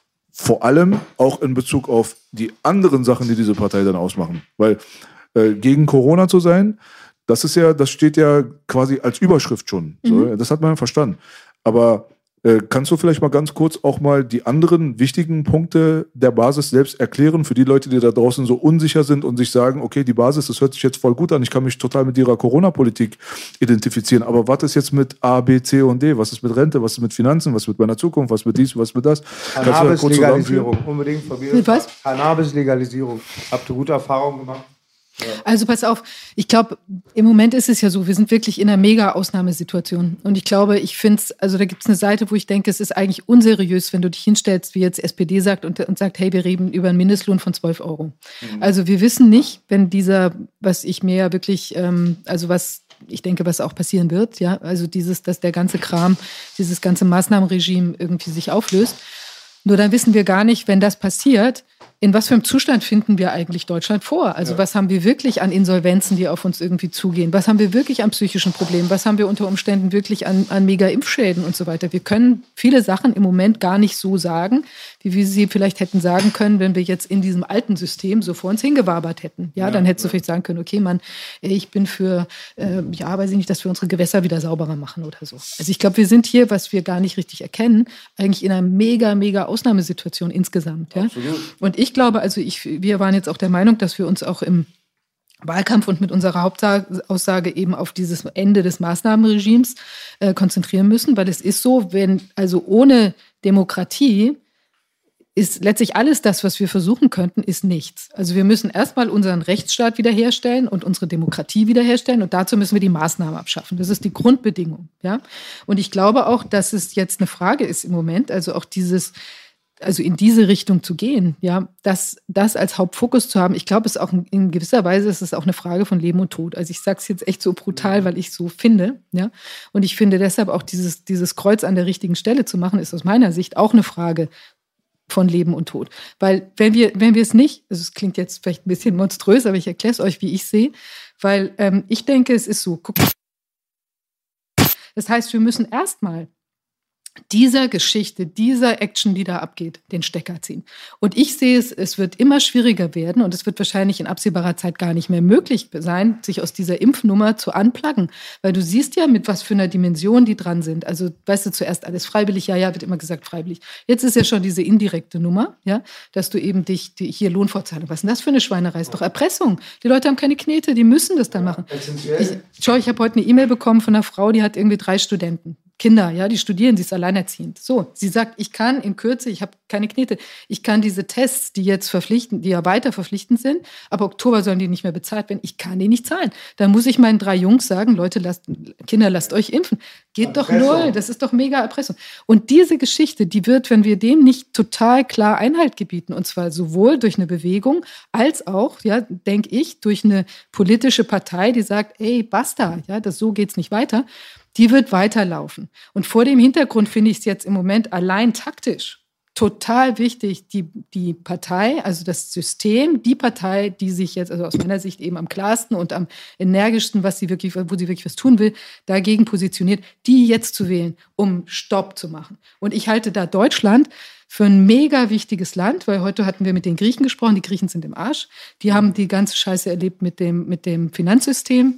Vor allem auch in Bezug auf die anderen Sachen, die diese Partei dann ausmachen. Weil gegen Corona zu sein, das steht ja quasi als Überschrift schon. So, das hat man ja verstanden. Aber kannst du vielleicht mal ganz kurz auch mal die anderen wichtigen Punkte der Basis selbst erklären für die Leute, die da draußen so unsicher sind und sich sagen, okay, die Basis, das hört sich jetzt voll gut an, ich kann mich total mit ihrer Corona-Politik identifizieren, aber was ist jetzt mit A, B, C und D? Was ist mit Rente? Was ist mit Finanzen? Was ist mit meiner Zukunft? Was ist mit dies? Was ist mit das? Cannabis-Legalisierung, unbedingt verbieten. Was? Cannabis-Legalisierung. Habt ihr gute Erfahrungen gemacht? Ja. Also pass auf, ich glaube, im Moment ist es ja so, wir sind wirklich in einer mega Ausnahmesituation. Und ich glaube, also da gibt es eine Seite, wo ich denke, es ist eigentlich unseriös, wenn du dich hinstellst, wie jetzt SPD sagt und sagt, hey, wir reden über einen Mindestlohn von 12 Euro. Also wir wissen nicht, wenn was ich mir ja wirklich, was ich denke, was auch passieren wird, ja, also dass der ganze Kram, dieses ganze Maßnahmenregime irgendwie sich auflöst. Nur dann wissen wir gar nicht, wenn das passiert, in was für einem Zustand finden wir eigentlich Deutschland vor? Also was haben wir wirklich an Insolvenzen, die auf uns irgendwie zugehen? Was haben wir wirklich an psychischen Problemen? Was haben wir unter Umständen wirklich an Mega-Impfschäden und so weiter? Wir können viele Sachen im Moment gar nicht so sagen, wie wir sie vielleicht hätten sagen können, wenn wir jetzt in diesem alten System so vor uns hingewabert hätten. Ja, dann hättest du vielleicht sagen können, okay, Mann, ich bin für, weiß ich nicht, dass wir unsere Gewässer wieder sauberer machen oder so. Also ich glaube, wir sind hier, was wir gar nicht richtig erkennen, eigentlich in einer mega, mega Ausnahmesituation insgesamt. Ja? Absolut. Und ich glaube, wir waren jetzt auch der Meinung, dass wir uns auch im Wahlkampf und mit unserer Hauptaussage eben auf dieses Ende des Maßnahmenregimes konzentrieren müssen, weil es ist so, ohne Demokratie ist letztlich alles das, was wir versuchen könnten, ist nichts. Also wir müssen erstmal unseren Rechtsstaat wiederherstellen und unsere Demokratie wiederherstellen und dazu müssen wir die Maßnahmen abschaffen. Das ist die Grundbedingung. Ja? Und ich glaube auch, dass es jetzt eine Frage ist im Moment, also auch in diese Richtung zu gehen, ja, das als Hauptfokus zu haben. Ich glaube, es ist auch in gewisser Weise ist es auch eine Frage von Leben und Tod. Also ich sage es jetzt echt so brutal, weil ich so finde, ja. Und ich finde deshalb auch dieses Kreuz an der richtigen Stelle zu machen, ist aus meiner Sicht auch eine Frage von Leben und Tod. Weil wenn wir es nicht, also es klingt jetzt vielleicht ein bisschen monströs, aber ich erkläre es euch, wie ich sehe, weil ich denke, es ist so, guck. Das heißt, wir müssen erstmal dieser Geschichte, dieser Action, die da abgeht, den Stecker ziehen. Und ich sehe es wird immer schwieriger werden und es wird wahrscheinlich in absehbarer Zeit gar nicht mehr möglich sein, sich aus dieser Impfnummer zu unpluggen. Weil du siehst ja, mit was für einer Dimension die dran sind. Also, weißt du, zuerst alles freiwillig, ja, wird immer gesagt freiwillig. Jetzt ist ja schon diese indirekte Nummer, ja, dass du eben hier Lohnfortzahlung, was ist denn das für eine Schweinerei? Ist doch Erpressung. Die Leute haben keine Knete, die müssen das dann machen. Ich habe heute eine E-Mail bekommen von einer Frau, die hat irgendwie 3 Studenten. Kinder, ja, die studieren, sie ist alleinerziehend. So, sie sagt, ich kann in Kürze, ich habe keine Knete, ich kann diese Tests, die jetzt die ja weiter verpflichtend sind, ab Oktober sollen die nicht mehr bezahlt werden, ich kann die nicht zahlen. Dann muss ich meinen 3 Jungs sagen, Leute, Kinder, lasst euch impfen. Geht doch null, das ist doch mega Erpressung. Und diese Geschichte, die wird, wenn wir dem nicht total klar Einhalt gebieten, und zwar sowohl durch eine Bewegung, als auch, ja, denke ich, durch eine politische Partei, die sagt, ey, basta, ja, so geht's nicht weiter, die wird weiterlaufen. Und vor dem Hintergrund finde ich es jetzt im Moment allein taktisch total wichtig, die Partei, also das System, die Partei, die sich jetzt, also aus meiner Sicht eben am klarsten und am energischsten, wo sie wirklich was tun will, dagegen positioniert, die jetzt zu wählen, um Stopp zu machen. Und ich halte da Deutschland für ein mega wichtiges Land, weil heute hatten wir mit den Griechen gesprochen, die Griechen sind im Arsch, die haben die ganze Scheiße erlebt mit dem Finanzsystem.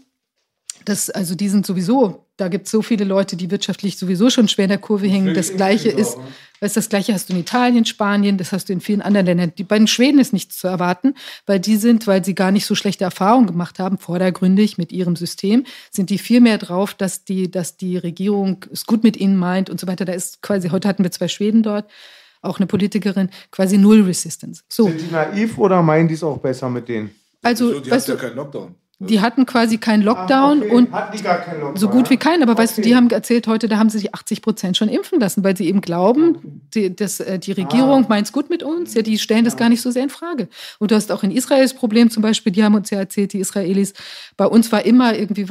Also die sind sowieso, da gibt es so viele Leute, die wirtschaftlich sowieso schon schwer in der Kurve hängen. Das Gleiche ist, das Gleiche hast du in Italien, Spanien, das hast du in vielen anderen Ländern. Bei den Schweden ist nichts zu erwarten, weil sie gar nicht so schlechte Erfahrungen gemacht haben, vordergründig mit ihrem System, sind die viel mehr drauf, dass die Regierung es gut mit ihnen meint und so weiter. Da ist quasi, heute hatten wir 2 Schweden dort, auch eine Politikerin, quasi null Resistance. So. Sind die naiv oder meinen die es auch besser mit denen? Also, die hatten ja keinen Lockdown. Die hatten quasi keinen Lockdown und hatten die gar keinen Lockdown, so gut wie keinen. Aber weißt du, die haben erzählt heute, da haben sie sich 80% schon impfen lassen, weil sie eben glauben, die Regierung meint es gut mit uns. Ja, die stellen das gar nicht so sehr in Frage. Und du hast auch in Israel das Problem zum Beispiel, die haben uns ja erzählt, die Israelis, bei uns waren immer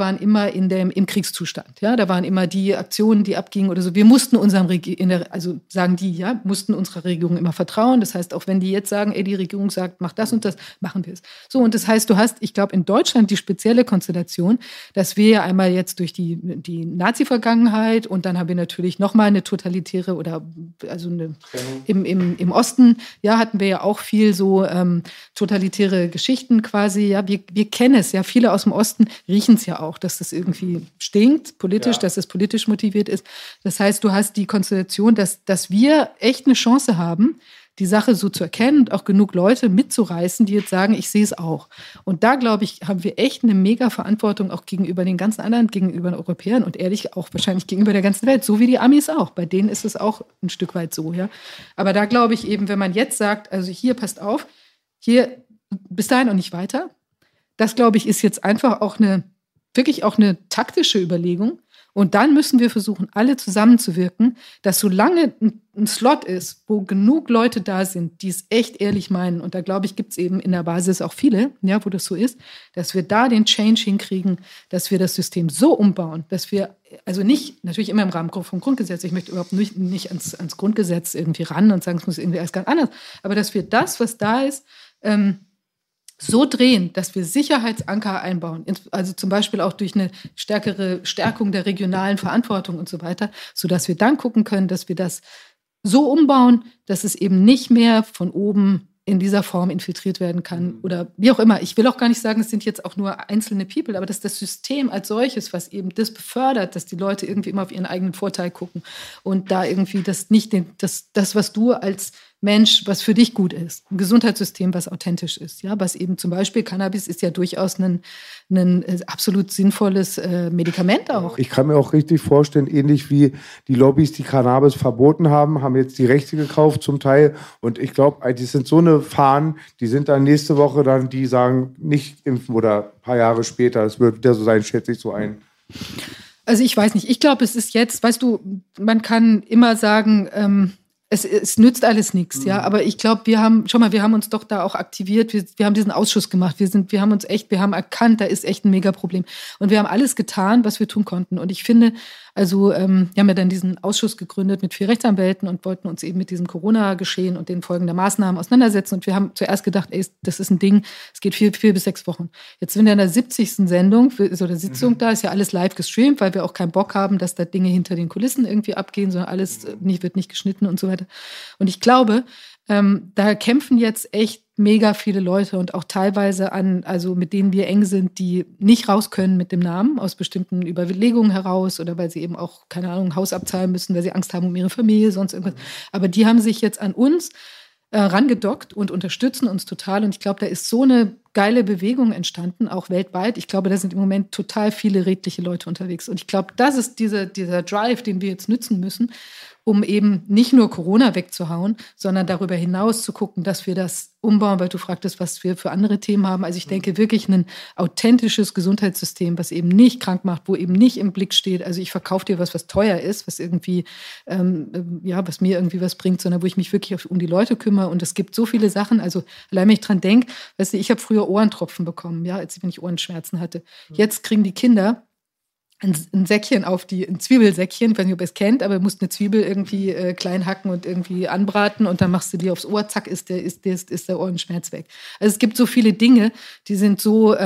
im Kriegszustand. Ja, da waren immer die Aktionen, die abgingen oder so. Wir mussten unserer Regierung immer vertrauen. Das heißt, auch wenn die jetzt sagen, die Regierung sagt, mach das und das, machen wir es. So, und das heißt, du hast, ich glaube, in Deutschland die spezielle Konstellation, dass wir ja einmal jetzt durch die Nazi-Vergangenheit und dann haben wir natürlich nochmal eine totalitäre im Osten, ja, hatten wir ja auch viel so totalitäre Geschichten quasi, ja, wir kennen es, ja, viele aus dem Osten riechen es ja auch, dass das irgendwie stinkt, politisch, dass es politisch motiviert ist. Das heißt, du hast die Konstellation, dass wir echt eine Chance haben, die Sache so zu erkennen und auch genug Leute mitzureißen, die jetzt sagen, ich sehe es auch. Und da, glaube ich, haben wir echt eine mega Verantwortung auch gegenüber den ganzen anderen, gegenüber den Europäern und ehrlich auch wahrscheinlich gegenüber der ganzen Welt, so wie die Amis auch. Bei denen ist es auch ein Stück weit so, ja. Aber da glaube ich eben, wenn man jetzt sagt, also hier, passt auf, hier bis dahin und nicht weiter, das, glaube ich, ist jetzt einfach auch wirklich auch eine taktische Überlegung. Und dann müssen wir versuchen, alle zusammenzuwirken, dass solange ein Slot ist, wo genug Leute da sind, die es echt ehrlich meinen, und da glaube ich, gibt es eben in der Basis auch viele, ja, wo das so ist, dass wir da den Change hinkriegen, dass wir das System so umbauen, dass wir, also nicht, natürlich immer im Rahmen vom Grundgesetz, ich möchte überhaupt nicht ans Grundgesetz irgendwie ran und sagen, es muss irgendwie alles ganz anders, aber dass wir das, was da ist, so drehen, dass wir Sicherheitsanker einbauen, also zum Beispiel auch durch eine stärkere Stärkung der regionalen Verantwortung und so weiter, sodass wir dann gucken können, dass wir das so umbauen, dass es eben nicht mehr von oben in dieser Form infiltriert werden kann oder wie auch immer. Ich will auch gar nicht sagen, es sind jetzt auch nur einzelne People, aber dass das System als solches, was eben das befördert, dass die Leute irgendwie immer auf ihren eigenen Vorteil gucken und da irgendwie das, was du als Mensch, was für dich gut ist. Ein Gesundheitssystem, was authentisch ist. Ja, was eben zum Beispiel Cannabis ist ja durchaus ein absolut sinnvolles Medikament auch. Ich kann mir auch richtig vorstellen, ähnlich wie die Lobbys, die Cannabis verboten haben jetzt die Rechte gekauft zum Teil. Und ich glaube, die sind so eine Fahnen, die sind dann nächste Woche dann, die sagen, nicht impfen oder ein paar Jahre später. Es wird wieder so sein, schätze ich so ein. Also ich weiß nicht. Ich glaube, es ist jetzt, weißt du, man kann immer sagen, es nützt alles nichts, ja. Aber ich glaube, wir haben uns doch da auch aktiviert. Wir haben diesen Ausschuss gemacht. Wir haben erkannt, da ist echt ein Megaproblem. Und wir haben alles getan, was wir tun konnten. Und ich finde, also, wir haben ja dann diesen Ausschuss gegründet mit 4 Rechtsanwälten und wollten uns eben mit diesem Corona-Geschehen und den Folgen der Maßnahmen auseinandersetzen. Und wir haben zuerst gedacht, das ist ein Ding, es geht 4 bis 6 Wochen. Jetzt sind wir in der 70. Sendung, so der Sitzung da, ist ja alles live gestreamt, weil wir auch keinen Bock haben, dass da Dinge hinter den Kulissen irgendwie abgehen, sondern alles wird nicht geschnitten und so weiter. Und ich glaube, da kämpfen jetzt echt mega viele Leute und auch teilweise also mit denen wir eng sind, die nicht raus können mit dem Namen, aus bestimmten Überlegungen heraus oder weil sie eben auch, keine Ahnung, ein Haus abzahlen müssen, weil sie Angst haben um ihre Familie, sonst irgendwas. Aber die haben sich jetzt an uns rangedockt und unterstützen uns total. Und ich glaube, da ist so eine geile Bewegung entstanden, auch weltweit. Ich glaube, da sind im Moment total viele redliche Leute unterwegs. Und ich glaube, das ist dieser Drive, den wir jetzt nützen müssen, um eben nicht nur Corona wegzuhauen, sondern darüber hinaus zu gucken, dass wir das umbauen, weil du fragtest, was wir für andere Themen haben. Also ich denke wirklich ein authentisches Gesundheitssystem, was eben nicht krank macht, wo eben nicht im Blick steht, also ich verkaufe dir was teuer ist, was irgendwie, was mir irgendwie was bringt, sondern wo ich mich wirklich um die Leute kümmere. Und es gibt so viele Sachen, also allein wenn ich dran denke, weißt du, ich habe früher Ohrentropfen bekommen, ja, wenn ich Ohrenschmerzen hatte. Jetzt kriegen die Kinder ein Säckchen ein Zwiebelsäckchen, ich weiß nicht, ob ihr es kennt, aber du musst eine Zwiebel irgendwie klein hacken und irgendwie anbraten und dann machst du die aufs Ohr, zack, ist der Ohrenschmerz weg. Also es gibt so viele Dinge, die sind so,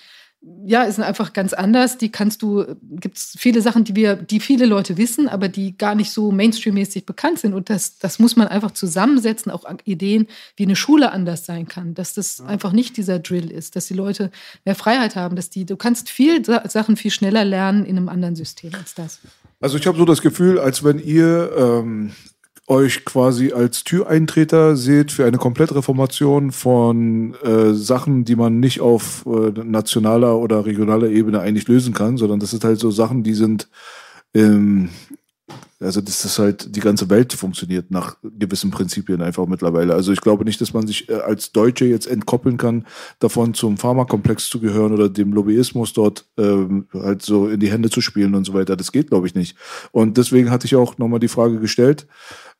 sind einfach ganz anders. Gibt's viele Sachen, die viele Leute wissen, aber die gar nicht so mainstreammäßig bekannt sind. Und das muss man einfach zusammensetzen, auch Ideen, wie eine Schule anders sein kann, dass das einfach nicht dieser Drill ist, dass die Leute mehr Freiheit haben, du kannst Sachen viel schneller lernen in einem anderen System als das. Also ich habe so das Gefühl, als wenn ihr euch quasi als Türeintreter seht für eine Komplettreformation von Sachen, die man nicht auf nationaler oder regionaler Ebene eigentlich lösen kann, sondern das sind halt so Sachen, die sind, also das ist halt, die ganze Welt funktioniert nach gewissen Prinzipien einfach mittlerweile. Also ich glaube nicht, dass man sich als Deutsche jetzt entkoppeln kann, davon zum Pharmakomplex zu gehören oder dem Lobbyismus dort halt so in die Hände zu spielen und so weiter. Das geht, glaube ich, nicht. Und deswegen hatte ich auch nochmal die Frage gestellt,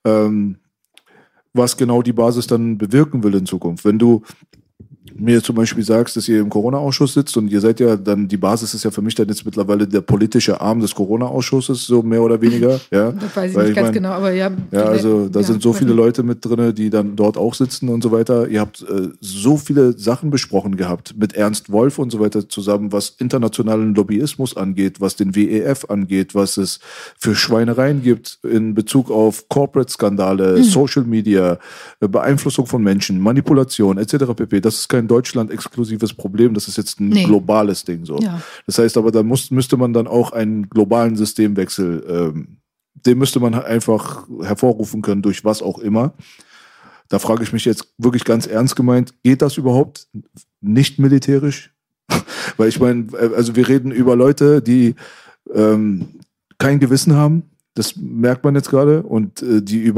was genau die Basis dann bewirken will in Zukunft. Wenn du mir zum Beispiel sagst, dass ihr im Corona-Ausschuss sitzt und ihr seid ja dann, die Basis ist ja für mich dann jetzt mittlerweile der politische Arm des Corona-Ausschusses, so mehr oder weniger. Ja? Das weiß ich nicht ganz genau, aber ja. Ja, also da sind so viele Leute mit drin, die dann dort auch sitzen und so weiter. Ihr habt so viele Sachen besprochen gehabt mit Ernst Wolf und so weiter zusammen, was internationalen Lobbyismus angeht, was den WEF angeht, was es für Schweinereien gibt in Bezug auf Corporate-Skandale, Social Media, Beeinflussung von Menschen, Manipulation etc. pp. Das ist kein Deutschland-exklusives Problem, das ist jetzt ein globales Ding so. Ja. Das heißt aber, da müsste man dann auch einen globalen Systemwechsel, den müsste man einfach hervorrufen können, durch was auch immer. Da frage ich mich jetzt wirklich ganz ernst gemeint, geht das überhaupt nicht militärisch? Weil ich meine, also wir reden über Leute, die kein Gewissen haben, das merkt man jetzt gerade, und die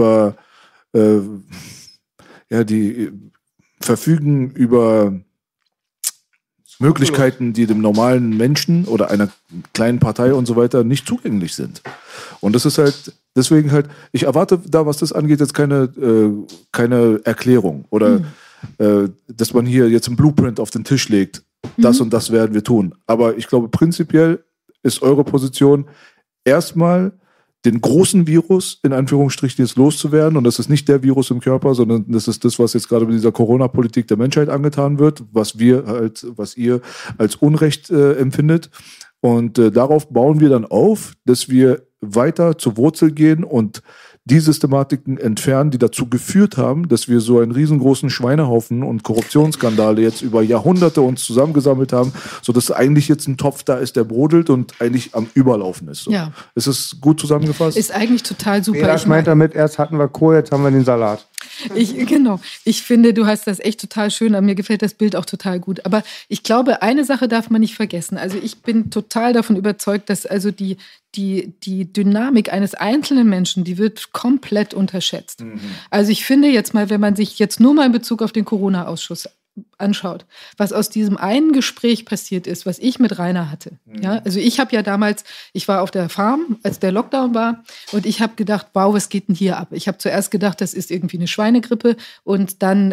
die verfügen über Möglichkeiten, die dem normalen Menschen oder einer kleinen Partei und so weiter nicht zugänglich sind. Und das ist halt, deswegen halt, ich erwarte da, was das angeht, jetzt keine Erklärung oder dass man hier jetzt einen Blueprint auf den Tisch legt, das und das werden wir tun. Aber ich glaube, prinzipiell ist eure Position erstmal den großen Virus in Anführungsstrichen jetzt loszuwerden, und das ist nicht der Virus im Körper, sondern das ist das, was jetzt gerade mit dieser Corona-Politik der Menschheit angetan wird, was ihr als Unrecht empfindet, und darauf bauen wir dann auf, dass wir weiter zur Wurzel gehen und die Systematiken entfernen, die dazu geführt haben, dass wir so einen riesengroßen Schweinehaufen und Korruptionsskandale jetzt über Jahrhunderte uns zusammengesammelt haben, sodass eigentlich jetzt ein Topf da ist, der brodelt und eigentlich am Überlaufen ist. So. Ja. Ist es gut zusammengefasst? Ist eigentlich total super. Ja, ich meine damit, erst hatten wir Kohl, jetzt haben wir den Salat. Ich finde, du hast das echt total schön, aber mir gefällt das Bild auch total gut. Aber ich glaube, eine Sache darf man nicht vergessen. Also ich bin total davon überzeugt, dass also die Dynamik eines einzelnen Menschen, die wird komplett unterschätzt. Also ich finde jetzt mal, wenn man sich jetzt nur mal in Bezug auf den Corona-Ausschuss anschaut, was aus diesem einen Gespräch passiert ist, was ich mit Rainer hatte. Ja, also ich habe ja damals, ich war auf der Farm, als der Lockdown war, und ich habe gedacht, wow, was geht denn hier ab? Ich habe zuerst gedacht, das ist irgendwie eine Schweinegrippe, und dann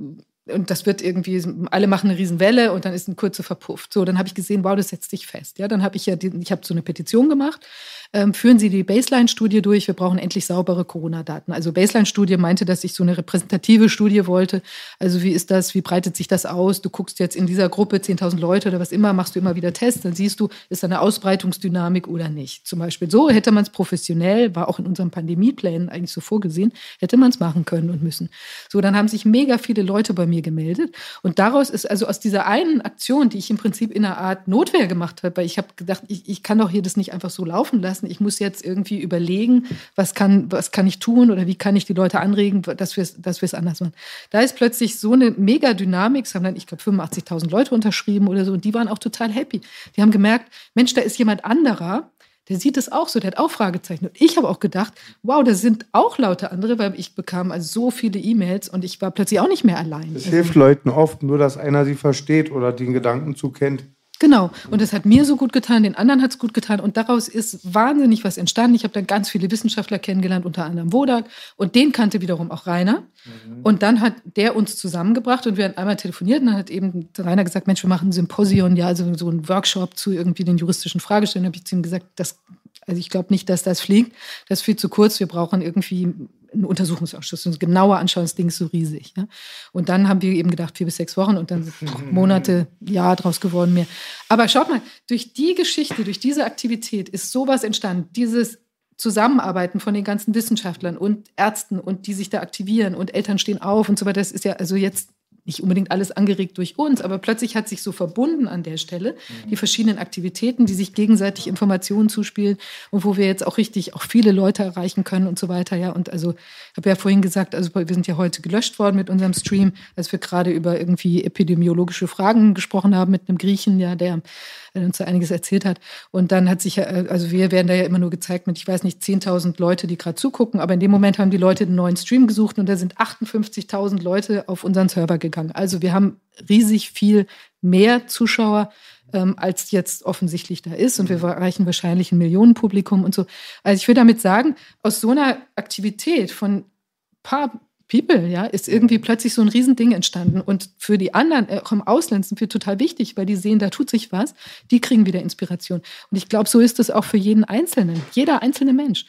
und das wird irgendwie, alle machen eine Riesenwelle und dann ist ein kurze verpufft. So, dann habe ich gesehen, wow, das setzt sich fest. Ja, dann habe ich ich habe so eine Petition gemacht. Führen Sie die Baseline-Studie durch, wir brauchen endlich saubere Corona-Daten. Also Baseline-Studie meinte, dass ich so eine repräsentative Studie wollte. Also wie ist das, wie breitet sich das aus? Du guckst jetzt in dieser Gruppe 10.000 Leute oder was immer, machst du immer wieder Tests, dann siehst du, ist da eine Ausbreitungsdynamik oder nicht. Zum Beispiel so hätte man es professionell, war auch in unseren Pandemieplänen eigentlich so vorgesehen, hätte man es machen können und müssen. So, dann haben sich mega viele Leute bei mir gemeldet und daraus ist also aus dieser einen Aktion, die ich im Prinzip in einer Art Notwehr gemacht habe, weil ich habe gedacht, ich kann doch hier das nicht einfach so laufen lassen. Ich muss jetzt irgendwie überlegen, was kann ich tun oder wie kann ich die Leute anregen, dass wir es anders machen. Da ist plötzlich so eine Mega-Dynamik, es haben dann, ich glaube, 85.000 Leute unterschrieben oder so und die waren auch total happy. Die haben gemerkt, Mensch, da ist jemand anderer, der sieht es auch so, der hat auch Fragezeichen. Und ich habe auch gedacht, wow, da sind auch lauter andere, weil ich bekam also so viele E-Mails und ich war plötzlich auch nicht mehr allein. Es hilft Leuten oft nur, dass einer sie versteht oder den Gedankenzug kennt. Genau. Und das hat mir so gut getan, den anderen hat es gut getan. Und daraus ist wahnsinnig was entstanden. Ich habe dann ganz viele Wissenschaftler kennengelernt, unter anderem Wodak. Und den kannte wiederum auch Rainer. Und dann hat der uns zusammengebracht und wir haben einmal telefoniert. Und dann hat eben Rainer gesagt, Mensch, wir machen ein Symposion, ja, also so ein Workshop zu irgendwie den juristischen Fragestellungen. Da habe ich zu ihm gesagt, also ich glaube nicht, dass das fliegt. Das ist viel zu kurz. Wir brauchen irgendwie einen Untersuchungsausschuss, uns genauer anschauen, das Ding ist so riesig. Ja? Und dann haben wir eben gedacht, 4 bis 6 Wochen und dann sind Monate, Jahr draus geworden mehr. Aber schaut mal, durch die Geschichte, durch diese Aktivität ist sowas entstanden, dieses Zusammenarbeiten von den ganzen Wissenschaftlern und Ärzten und die sich da aktivieren und Eltern stehen auf und so weiter. Das ist ja also jetzt nicht unbedingt alles angeregt durch uns, aber plötzlich hat sich so verbunden an der Stelle die verschiedenen Aktivitäten, die sich gegenseitig Informationen zuspielen und wo wir jetzt auch richtig auch viele Leute erreichen können und so weiter. Ja, und also ich habe ja vorhin gesagt, also wir sind ja heute gelöscht worden mit unserem Stream, als wir gerade über irgendwie epidemiologische Fragen gesprochen haben mit einem Griechen, ja, der uns da einiges erzählt hat. Und dann hat sich ja, also wir werden da ja immer nur gezeigt mit, ich weiß nicht, 10.000 Leute, die gerade zugucken, aber in dem Moment haben die Leute einen neuen Stream gesucht und da sind 58.000 Leute auf unseren Server gegangen. Also wir haben riesig viel mehr Zuschauer, als jetzt offensichtlich da ist. Und wir erreichen wahrscheinlich ein Millionenpublikum und so. Also ich will damit sagen, aus so einer Aktivität von paar People, ja, ist irgendwie plötzlich so ein Riesending entstanden. Und für die anderen, auch im Ausland, sind wir total wichtig, weil die sehen, da tut sich was. Die kriegen wieder Inspiration. Und ich glaube, so ist es auch für jeden Einzelnen. Jeder einzelne Mensch.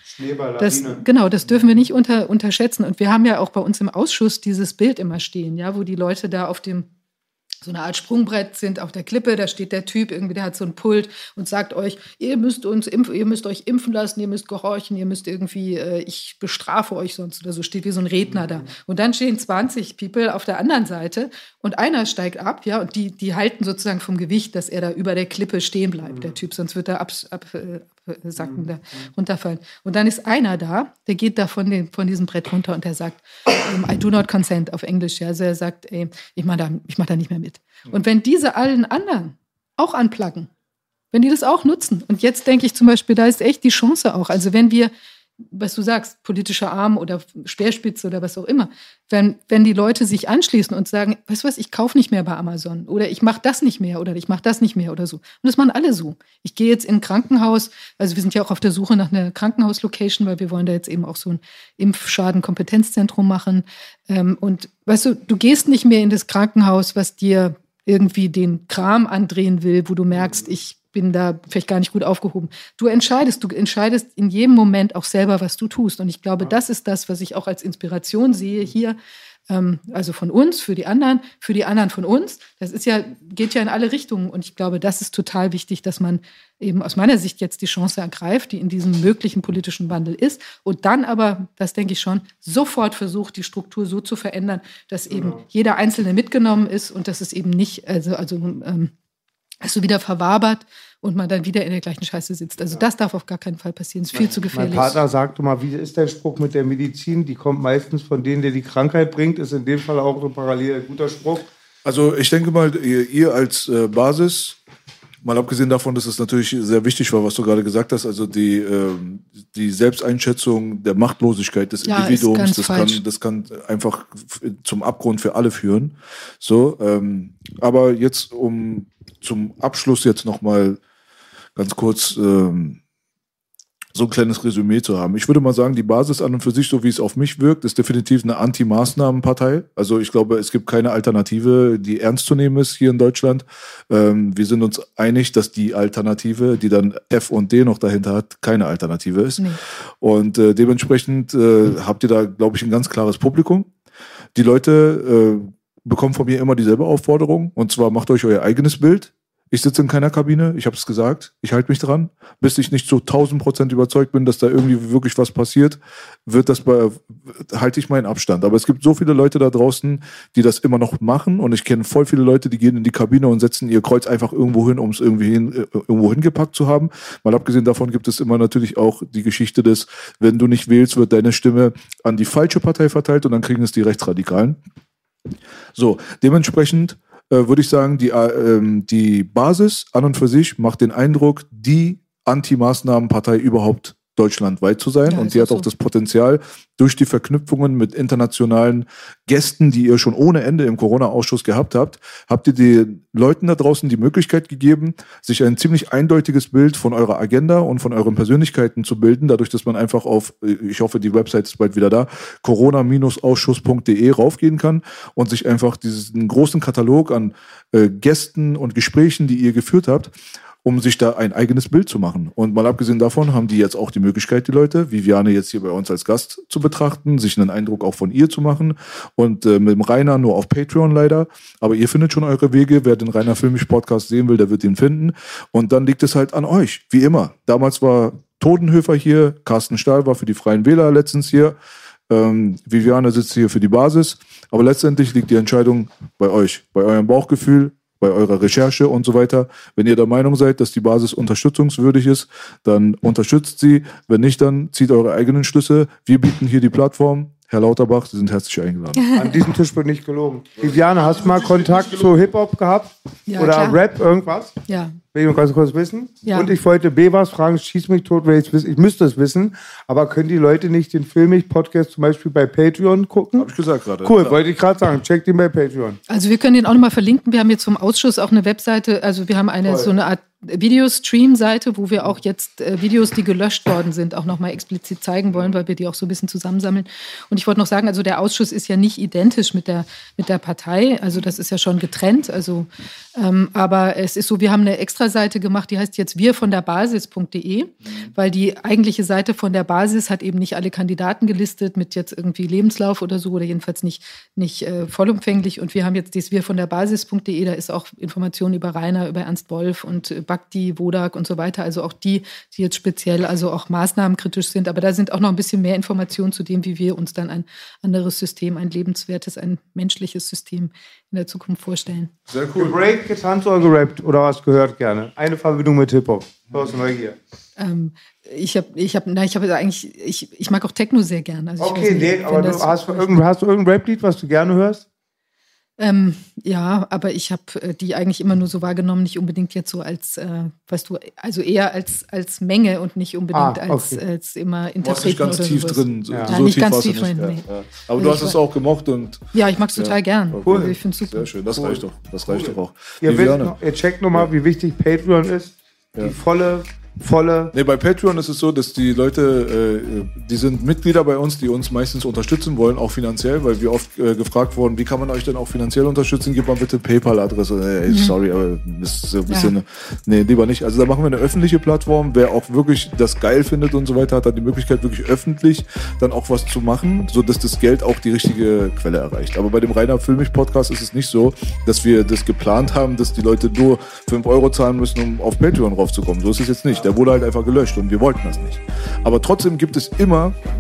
Das dürfen wir nicht unterschätzen. Und wir haben ja auch bei uns im Ausschuss dieses Bild immer stehen, ja, wo die Leute da auf dem so eine Art Sprungbrett sind auf der Klippe, da steht der Typ, irgendwie, der hat so ein Pult und sagt euch, ihr müsst euch impfen lassen, ihr müsst gehorchen, ihr müsst irgendwie, ich bestrafe euch sonst oder so, steht wie so ein Redner da. Und dann stehen 20 People auf der anderen Seite und einer steigt ab, ja, und die halten sozusagen vom Gewicht, dass er da über der Klippe stehen bleibt, der Typ, sonst wird er absacken, da runterfallen. Und dann ist einer da, der geht da von diesem Brett runter und der sagt, I do not consent auf Englisch, ja, also er sagt, ey, ich mach da nicht mehr mit. Und wenn diese allen anderen auch anpluggen, wenn die das auch nutzen, und jetzt denke ich zum Beispiel, da ist echt die Chance auch, also wenn wir, was du sagst, politischer Arm oder Speerspitze oder was auch immer, wenn die Leute sich anschließen und sagen, weißt du was, ich kaufe nicht mehr bei Amazon oder ich mache das nicht mehr oder ich mache das nicht mehr oder so. Und das machen alle so. Ich gehe jetzt in ein Krankenhaus, also wir sind ja auch auf der Suche nach einer Krankenhauslocation, weil wir wollen da jetzt eben auch so ein Impfschaden-Kompetenzzentrum machen. Und weißt du gehst nicht mehr in das Krankenhaus, was dir irgendwie den Kram andrehen will, wo du merkst, ich bin da vielleicht gar nicht gut aufgehoben. Du entscheidest in jedem Moment auch selber, was du tust. Und ich glaube, das ist das, was ich auch als Inspiration sehe hier, also von uns, für die anderen von uns. Das geht ja in alle Richtungen. Und ich glaube, das ist total wichtig, dass man eben aus meiner Sicht jetzt die Chance ergreift, die in diesem möglichen politischen Wandel ist. Und dann aber, das denke ich schon, sofort versucht, die Struktur so zu verändern, dass eben jeder Einzelne mitgenommen ist und dass es eben nicht, wieder verwabert und man dann wieder in der gleichen Scheiße sitzt. Also das darf auf gar keinen Fall passieren. Das ist viel zu gefährlich. Mein Partner sagte mal, wie ist der Spruch mit der Medizin? Die kommt meistens von denen, der die Krankheit bringt. Ist in dem Fall auch so parallel ein guter Spruch. Also ich denke mal, ihr als Basis Mal abgesehen davon, dass es natürlich sehr wichtig war, was du gerade gesagt hast, also die Selbsteinschätzung der Machtlosigkeit des Individuums, das kann einfach zum Abgrund für alle führen. So, aber jetzt, um zum Abschluss jetzt nochmal ganz kurz so ein kleines Resümee zu haben. Ich würde mal sagen, die Basis an und für sich, so wie es auf mich wirkt, ist definitiv eine Anti-Maßnahmen-Partei. Also ich glaube, es gibt keine Alternative, die ernst zu nehmen ist hier in Deutschland. Wir sind uns einig, dass die Alternative, die dann F und D noch dahinter hat, keine Alternative ist. Nee. Und dementsprechend habt ihr da, glaube ich, ein ganz klares Publikum. Die Leute bekommen von mir immer dieselbe Aufforderung, und zwar macht euch euer eigenes Bild. Ich sitze in keiner Kabine, ich habe es gesagt, ich halte mich dran. Bis ich nicht zu 1000% überzeugt bin, dass da irgendwie wirklich was passiert, halte ich meinen Abstand. Aber es gibt so viele Leute da draußen, die das immer noch machen, und ich kenne voll viele Leute, die gehen in die Kabine und setzen ihr Kreuz einfach irgendwo hin, um es irgendwo hingepackt zu haben. Mal abgesehen davon gibt es immer natürlich auch die Geschichte des, wenn du nicht wählst, wird deine Stimme an die falsche Partei verteilt und dann kriegen es die Rechtsradikalen. So, dementsprechend würde ich sagen, die Basis an und für sich macht den Eindruck, die Anti-Maßnahmen-Partei überhaupt deutschlandweit zu sein. Ja, und die hat auch das Potenzial, durch die Verknüpfungen mit internationalen Gästen, die ihr schon ohne Ende im Corona-Ausschuss gehabt habt, habt ihr den Leuten da draußen die Möglichkeit gegeben, sich ein ziemlich eindeutiges Bild von eurer Agenda und von euren Persönlichkeiten zu bilden, dadurch, dass man einfach auf, ich hoffe, die Website ist bald wieder da, corona-ausschuss.de raufgehen kann und sich einfach diesen großen Katalog an Gästen und Gesprächen, die ihr geführt habt, um sich da ein eigenes Bild zu machen. Und mal abgesehen davon haben die jetzt auch die Möglichkeit, die Leute, Viviane jetzt hier bei uns als Gast zu betrachten, sich einen Eindruck auch von ihr zu machen, und mit dem Rainer nur auf Patreon leider. Aber ihr findet schon eure Wege. Wer den Rainer Filmisch-Podcast sehen will, der wird ihn finden. Und dann liegt es halt an euch, wie immer. Damals war Todenhöfer hier, Carsten Stahl war für die Freien Wähler letztens hier, Viviane sitzt hier für die Basis. Aber letztendlich liegt die Entscheidung bei euch, bei eurem Bauchgefühl, bei eurer Recherche und so weiter. Wenn ihr der Meinung seid, dass die Basis unterstützungswürdig ist, dann unterstützt sie. Wenn nicht, dann zieht eure eigenen Schlüsse. Wir bieten hier die Plattform. Herr Lauterbach, Sie sind herzlich eingeladen. An diesem Tisch wird nicht gelogen. Viviane, hast du mal Kontakt zu Hip-Hop gehabt? Ja, oder klar. Rap, irgendwas? Ja. Will ich noch ganz kurz wissen? Ja. Und ich wollte was fragen, schieß mich tot, weil ich müsste es wissen. Aber können die Leute nicht den Filmich-Podcast zum Beispiel bei Patreon gucken? Habe ich gesagt gerade. Cool, ja. wollte ich gerade sagen. Checkt ihn bei Patreon. Also wir können den auch nochmal verlinken. Wir haben jetzt vom Ausschuss auch eine Webseite, also wir haben so eine Art Videostream-Seite, wo wir auch jetzt Videos, die gelöscht worden sind, auch nochmal explizit zeigen wollen, weil wir die auch so ein bisschen zusammensammeln. Und ich wollte noch sagen, also der Ausschuss ist ja nicht identisch mit der Partei, also das ist ja schon getrennt, also aber es ist so, wir haben eine Extra-Seite gemacht, die heißt jetzt wirvonderbasis.de, weil die eigentliche Seite von der Basis hat eben nicht alle Kandidaten gelistet mit jetzt irgendwie Lebenslauf oder so, oder jedenfalls nicht vollumfänglich, und wir haben jetzt das wirvonderbasis.de, da ist auch Informationen über Rainer, über Ernst Wolf und Bhakti, Wodak und so weiter, also auch die jetzt speziell, also auch maßnahmenkritisch sind, aber da sind auch noch ein bisschen mehr Informationen zu dem, wie wir uns dann ein anderes System, ein lebenswertes, ein menschliches System in der Zukunft vorstellen. Sehr cool. Gebreakt, getanzt oder gerappt oder was gehört gerne? Eine Verbindung mit Hip-Hop. Aus Neugier. Ich mag auch Techno sehr gerne. Also okay, aber hast du irgendein Rap-Lied, was du gerne hörst? Ja, aber ich habe die eigentlich immer nur so wahrgenommen, nicht unbedingt jetzt so als, weißt du, also eher als Menge und nicht unbedingt als immer Interpreten oder ganz tief sowas. drin. Ja. So nicht ganz tief drin. Nee. Ja. Aber du hast es auch gemocht und. Ja, ich mag es total gern. Cool. Also ich finde es super. Sehr schön, das reicht doch. Das reicht doch auch. Ihr checkt nochmal, wie wichtig Patreon ist. Ja. Die volle. Nee, bei Patreon ist es so, dass die Leute, die sind Mitglieder bei uns, die uns meistens unterstützen wollen, auch finanziell, weil wir oft gefragt wurden, wie kann man euch denn auch finanziell unterstützen? Gib mal bitte PayPal-Adresse. Sorry, aber das ist so ein bisschen, nee, lieber nicht. Also da machen wir eine öffentliche Plattform. Wer auch wirklich das geil findet und so weiter, hat dann die Möglichkeit, wirklich öffentlich dann auch was zu machen, sodass das Geld auch die richtige Quelle erreicht. Aber bei dem Rainer Filmich-Podcast ist es nicht so, dass wir das geplant haben, dass die Leute nur 5 € zahlen müssen, um auf Patreon raufzukommen. So ist es jetzt nicht. Der wurde halt einfach gelöscht und wir wollten das nicht. Aber trotzdem gibt es immer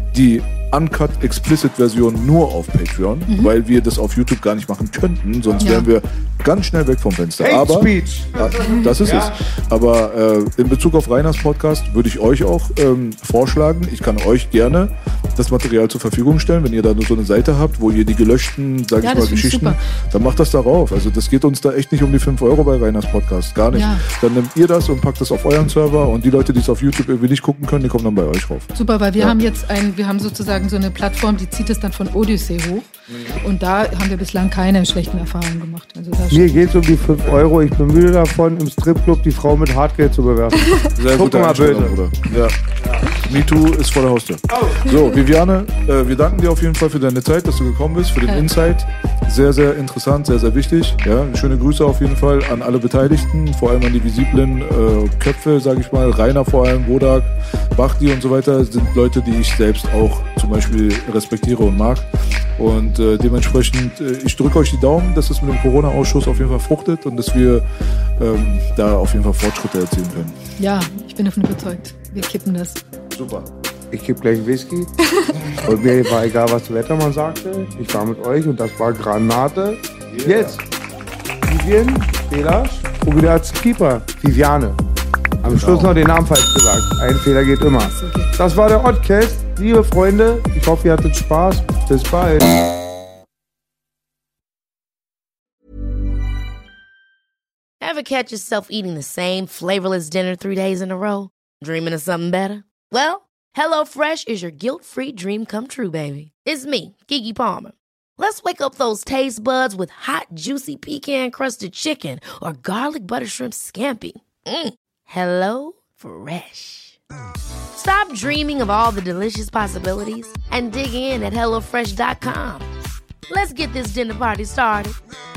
die Uncut Explicit Version nur auf Patreon, weil wir das auf YouTube gar nicht machen könnten, sonst wären wir ganz schnell weg vom Fenster. Hate Speech. Das ist es. Aber in Bezug auf Rainers Podcast würde ich euch auch vorschlagen, ich kann euch gerne das Material zur Verfügung stellen, wenn ihr da nur so eine Seite habt, wo ihr die gelöschten, sag ich mal, Geschichten, dann macht das darauf. Also das geht uns da echt nicht um die 5 Euro bei Rainers Podcast, gar nicht. Ja. Dann nehmt ihr das und packt das auf euren Server und die Leute, die es auf YouTube irgendwie nicht gucken können, die kommen dann bei euch rauf. Super, weil wir haben jetzt wir haben sozusagen so eine Plattform, die zieht es dann von Odyssey hoch. Und da haben wir bislang keine schlechten Erfahrungen gemacht. Also mir geht es um die 5 Euro. Ich bin müde davon, im Stripclub die Frau mit Hartgeld zu bewerfen. Sehr gut, mal böse. Ja. MeToo ist vor der Haustür. So, Viviane, wir danken dir auf jeden Fall für deine Zeit, dass du gekommen bist, für den Insight. Sehr, sehr interessant, sehr, sehr wichtig. Ja, schöne Grüße auf jeden Fall an alle Beteiligten, vor allem an die visiblen Köpfe, sage ich mal. Rainer vor allem, Bodak, Bachti und so weiter sind Leute, die ich selbst auch zum Beispiel respektiere und mag. Und dementsprechend, ich drücke euch die Daumen, dass es mit dem Corona-Ausschuss auf jeden Fall fruchtet und dass wir da auf jeden Fall Fortschritte erzielen können. Ja, ich bin davon überzeugt. Wir kippen das. Super. Ich gebe gleich Whisky. Und mir war egal, was der Wettermann sagte. Ich war mit euch und das war Granate. Yeah. Jetzt. Vivian, Belasch und wieder als Keeper. Viviane. Am Schluss noch den Namen falsch gesagt. Ein Fehler geht immer. Das war der Oddcast. Liebe Freunde, ich hoffe, ihr hattet Spaß. Bis bald. Ever catch yourself eating the same flavorless dinner 3 days in a row? Dreaming of something better? Well, HelloFresh is your guilt-free dream come true, baby. It's me, Keke Palmer. Let's wake up those taste buds with hot, juicy pecan-crusted chicken or garlic butter shrimp scampi. Hello Fresh. Stop dreaming of all the delicious possibilities and dig in at HelloFresh.com. Let's get this dinner party started.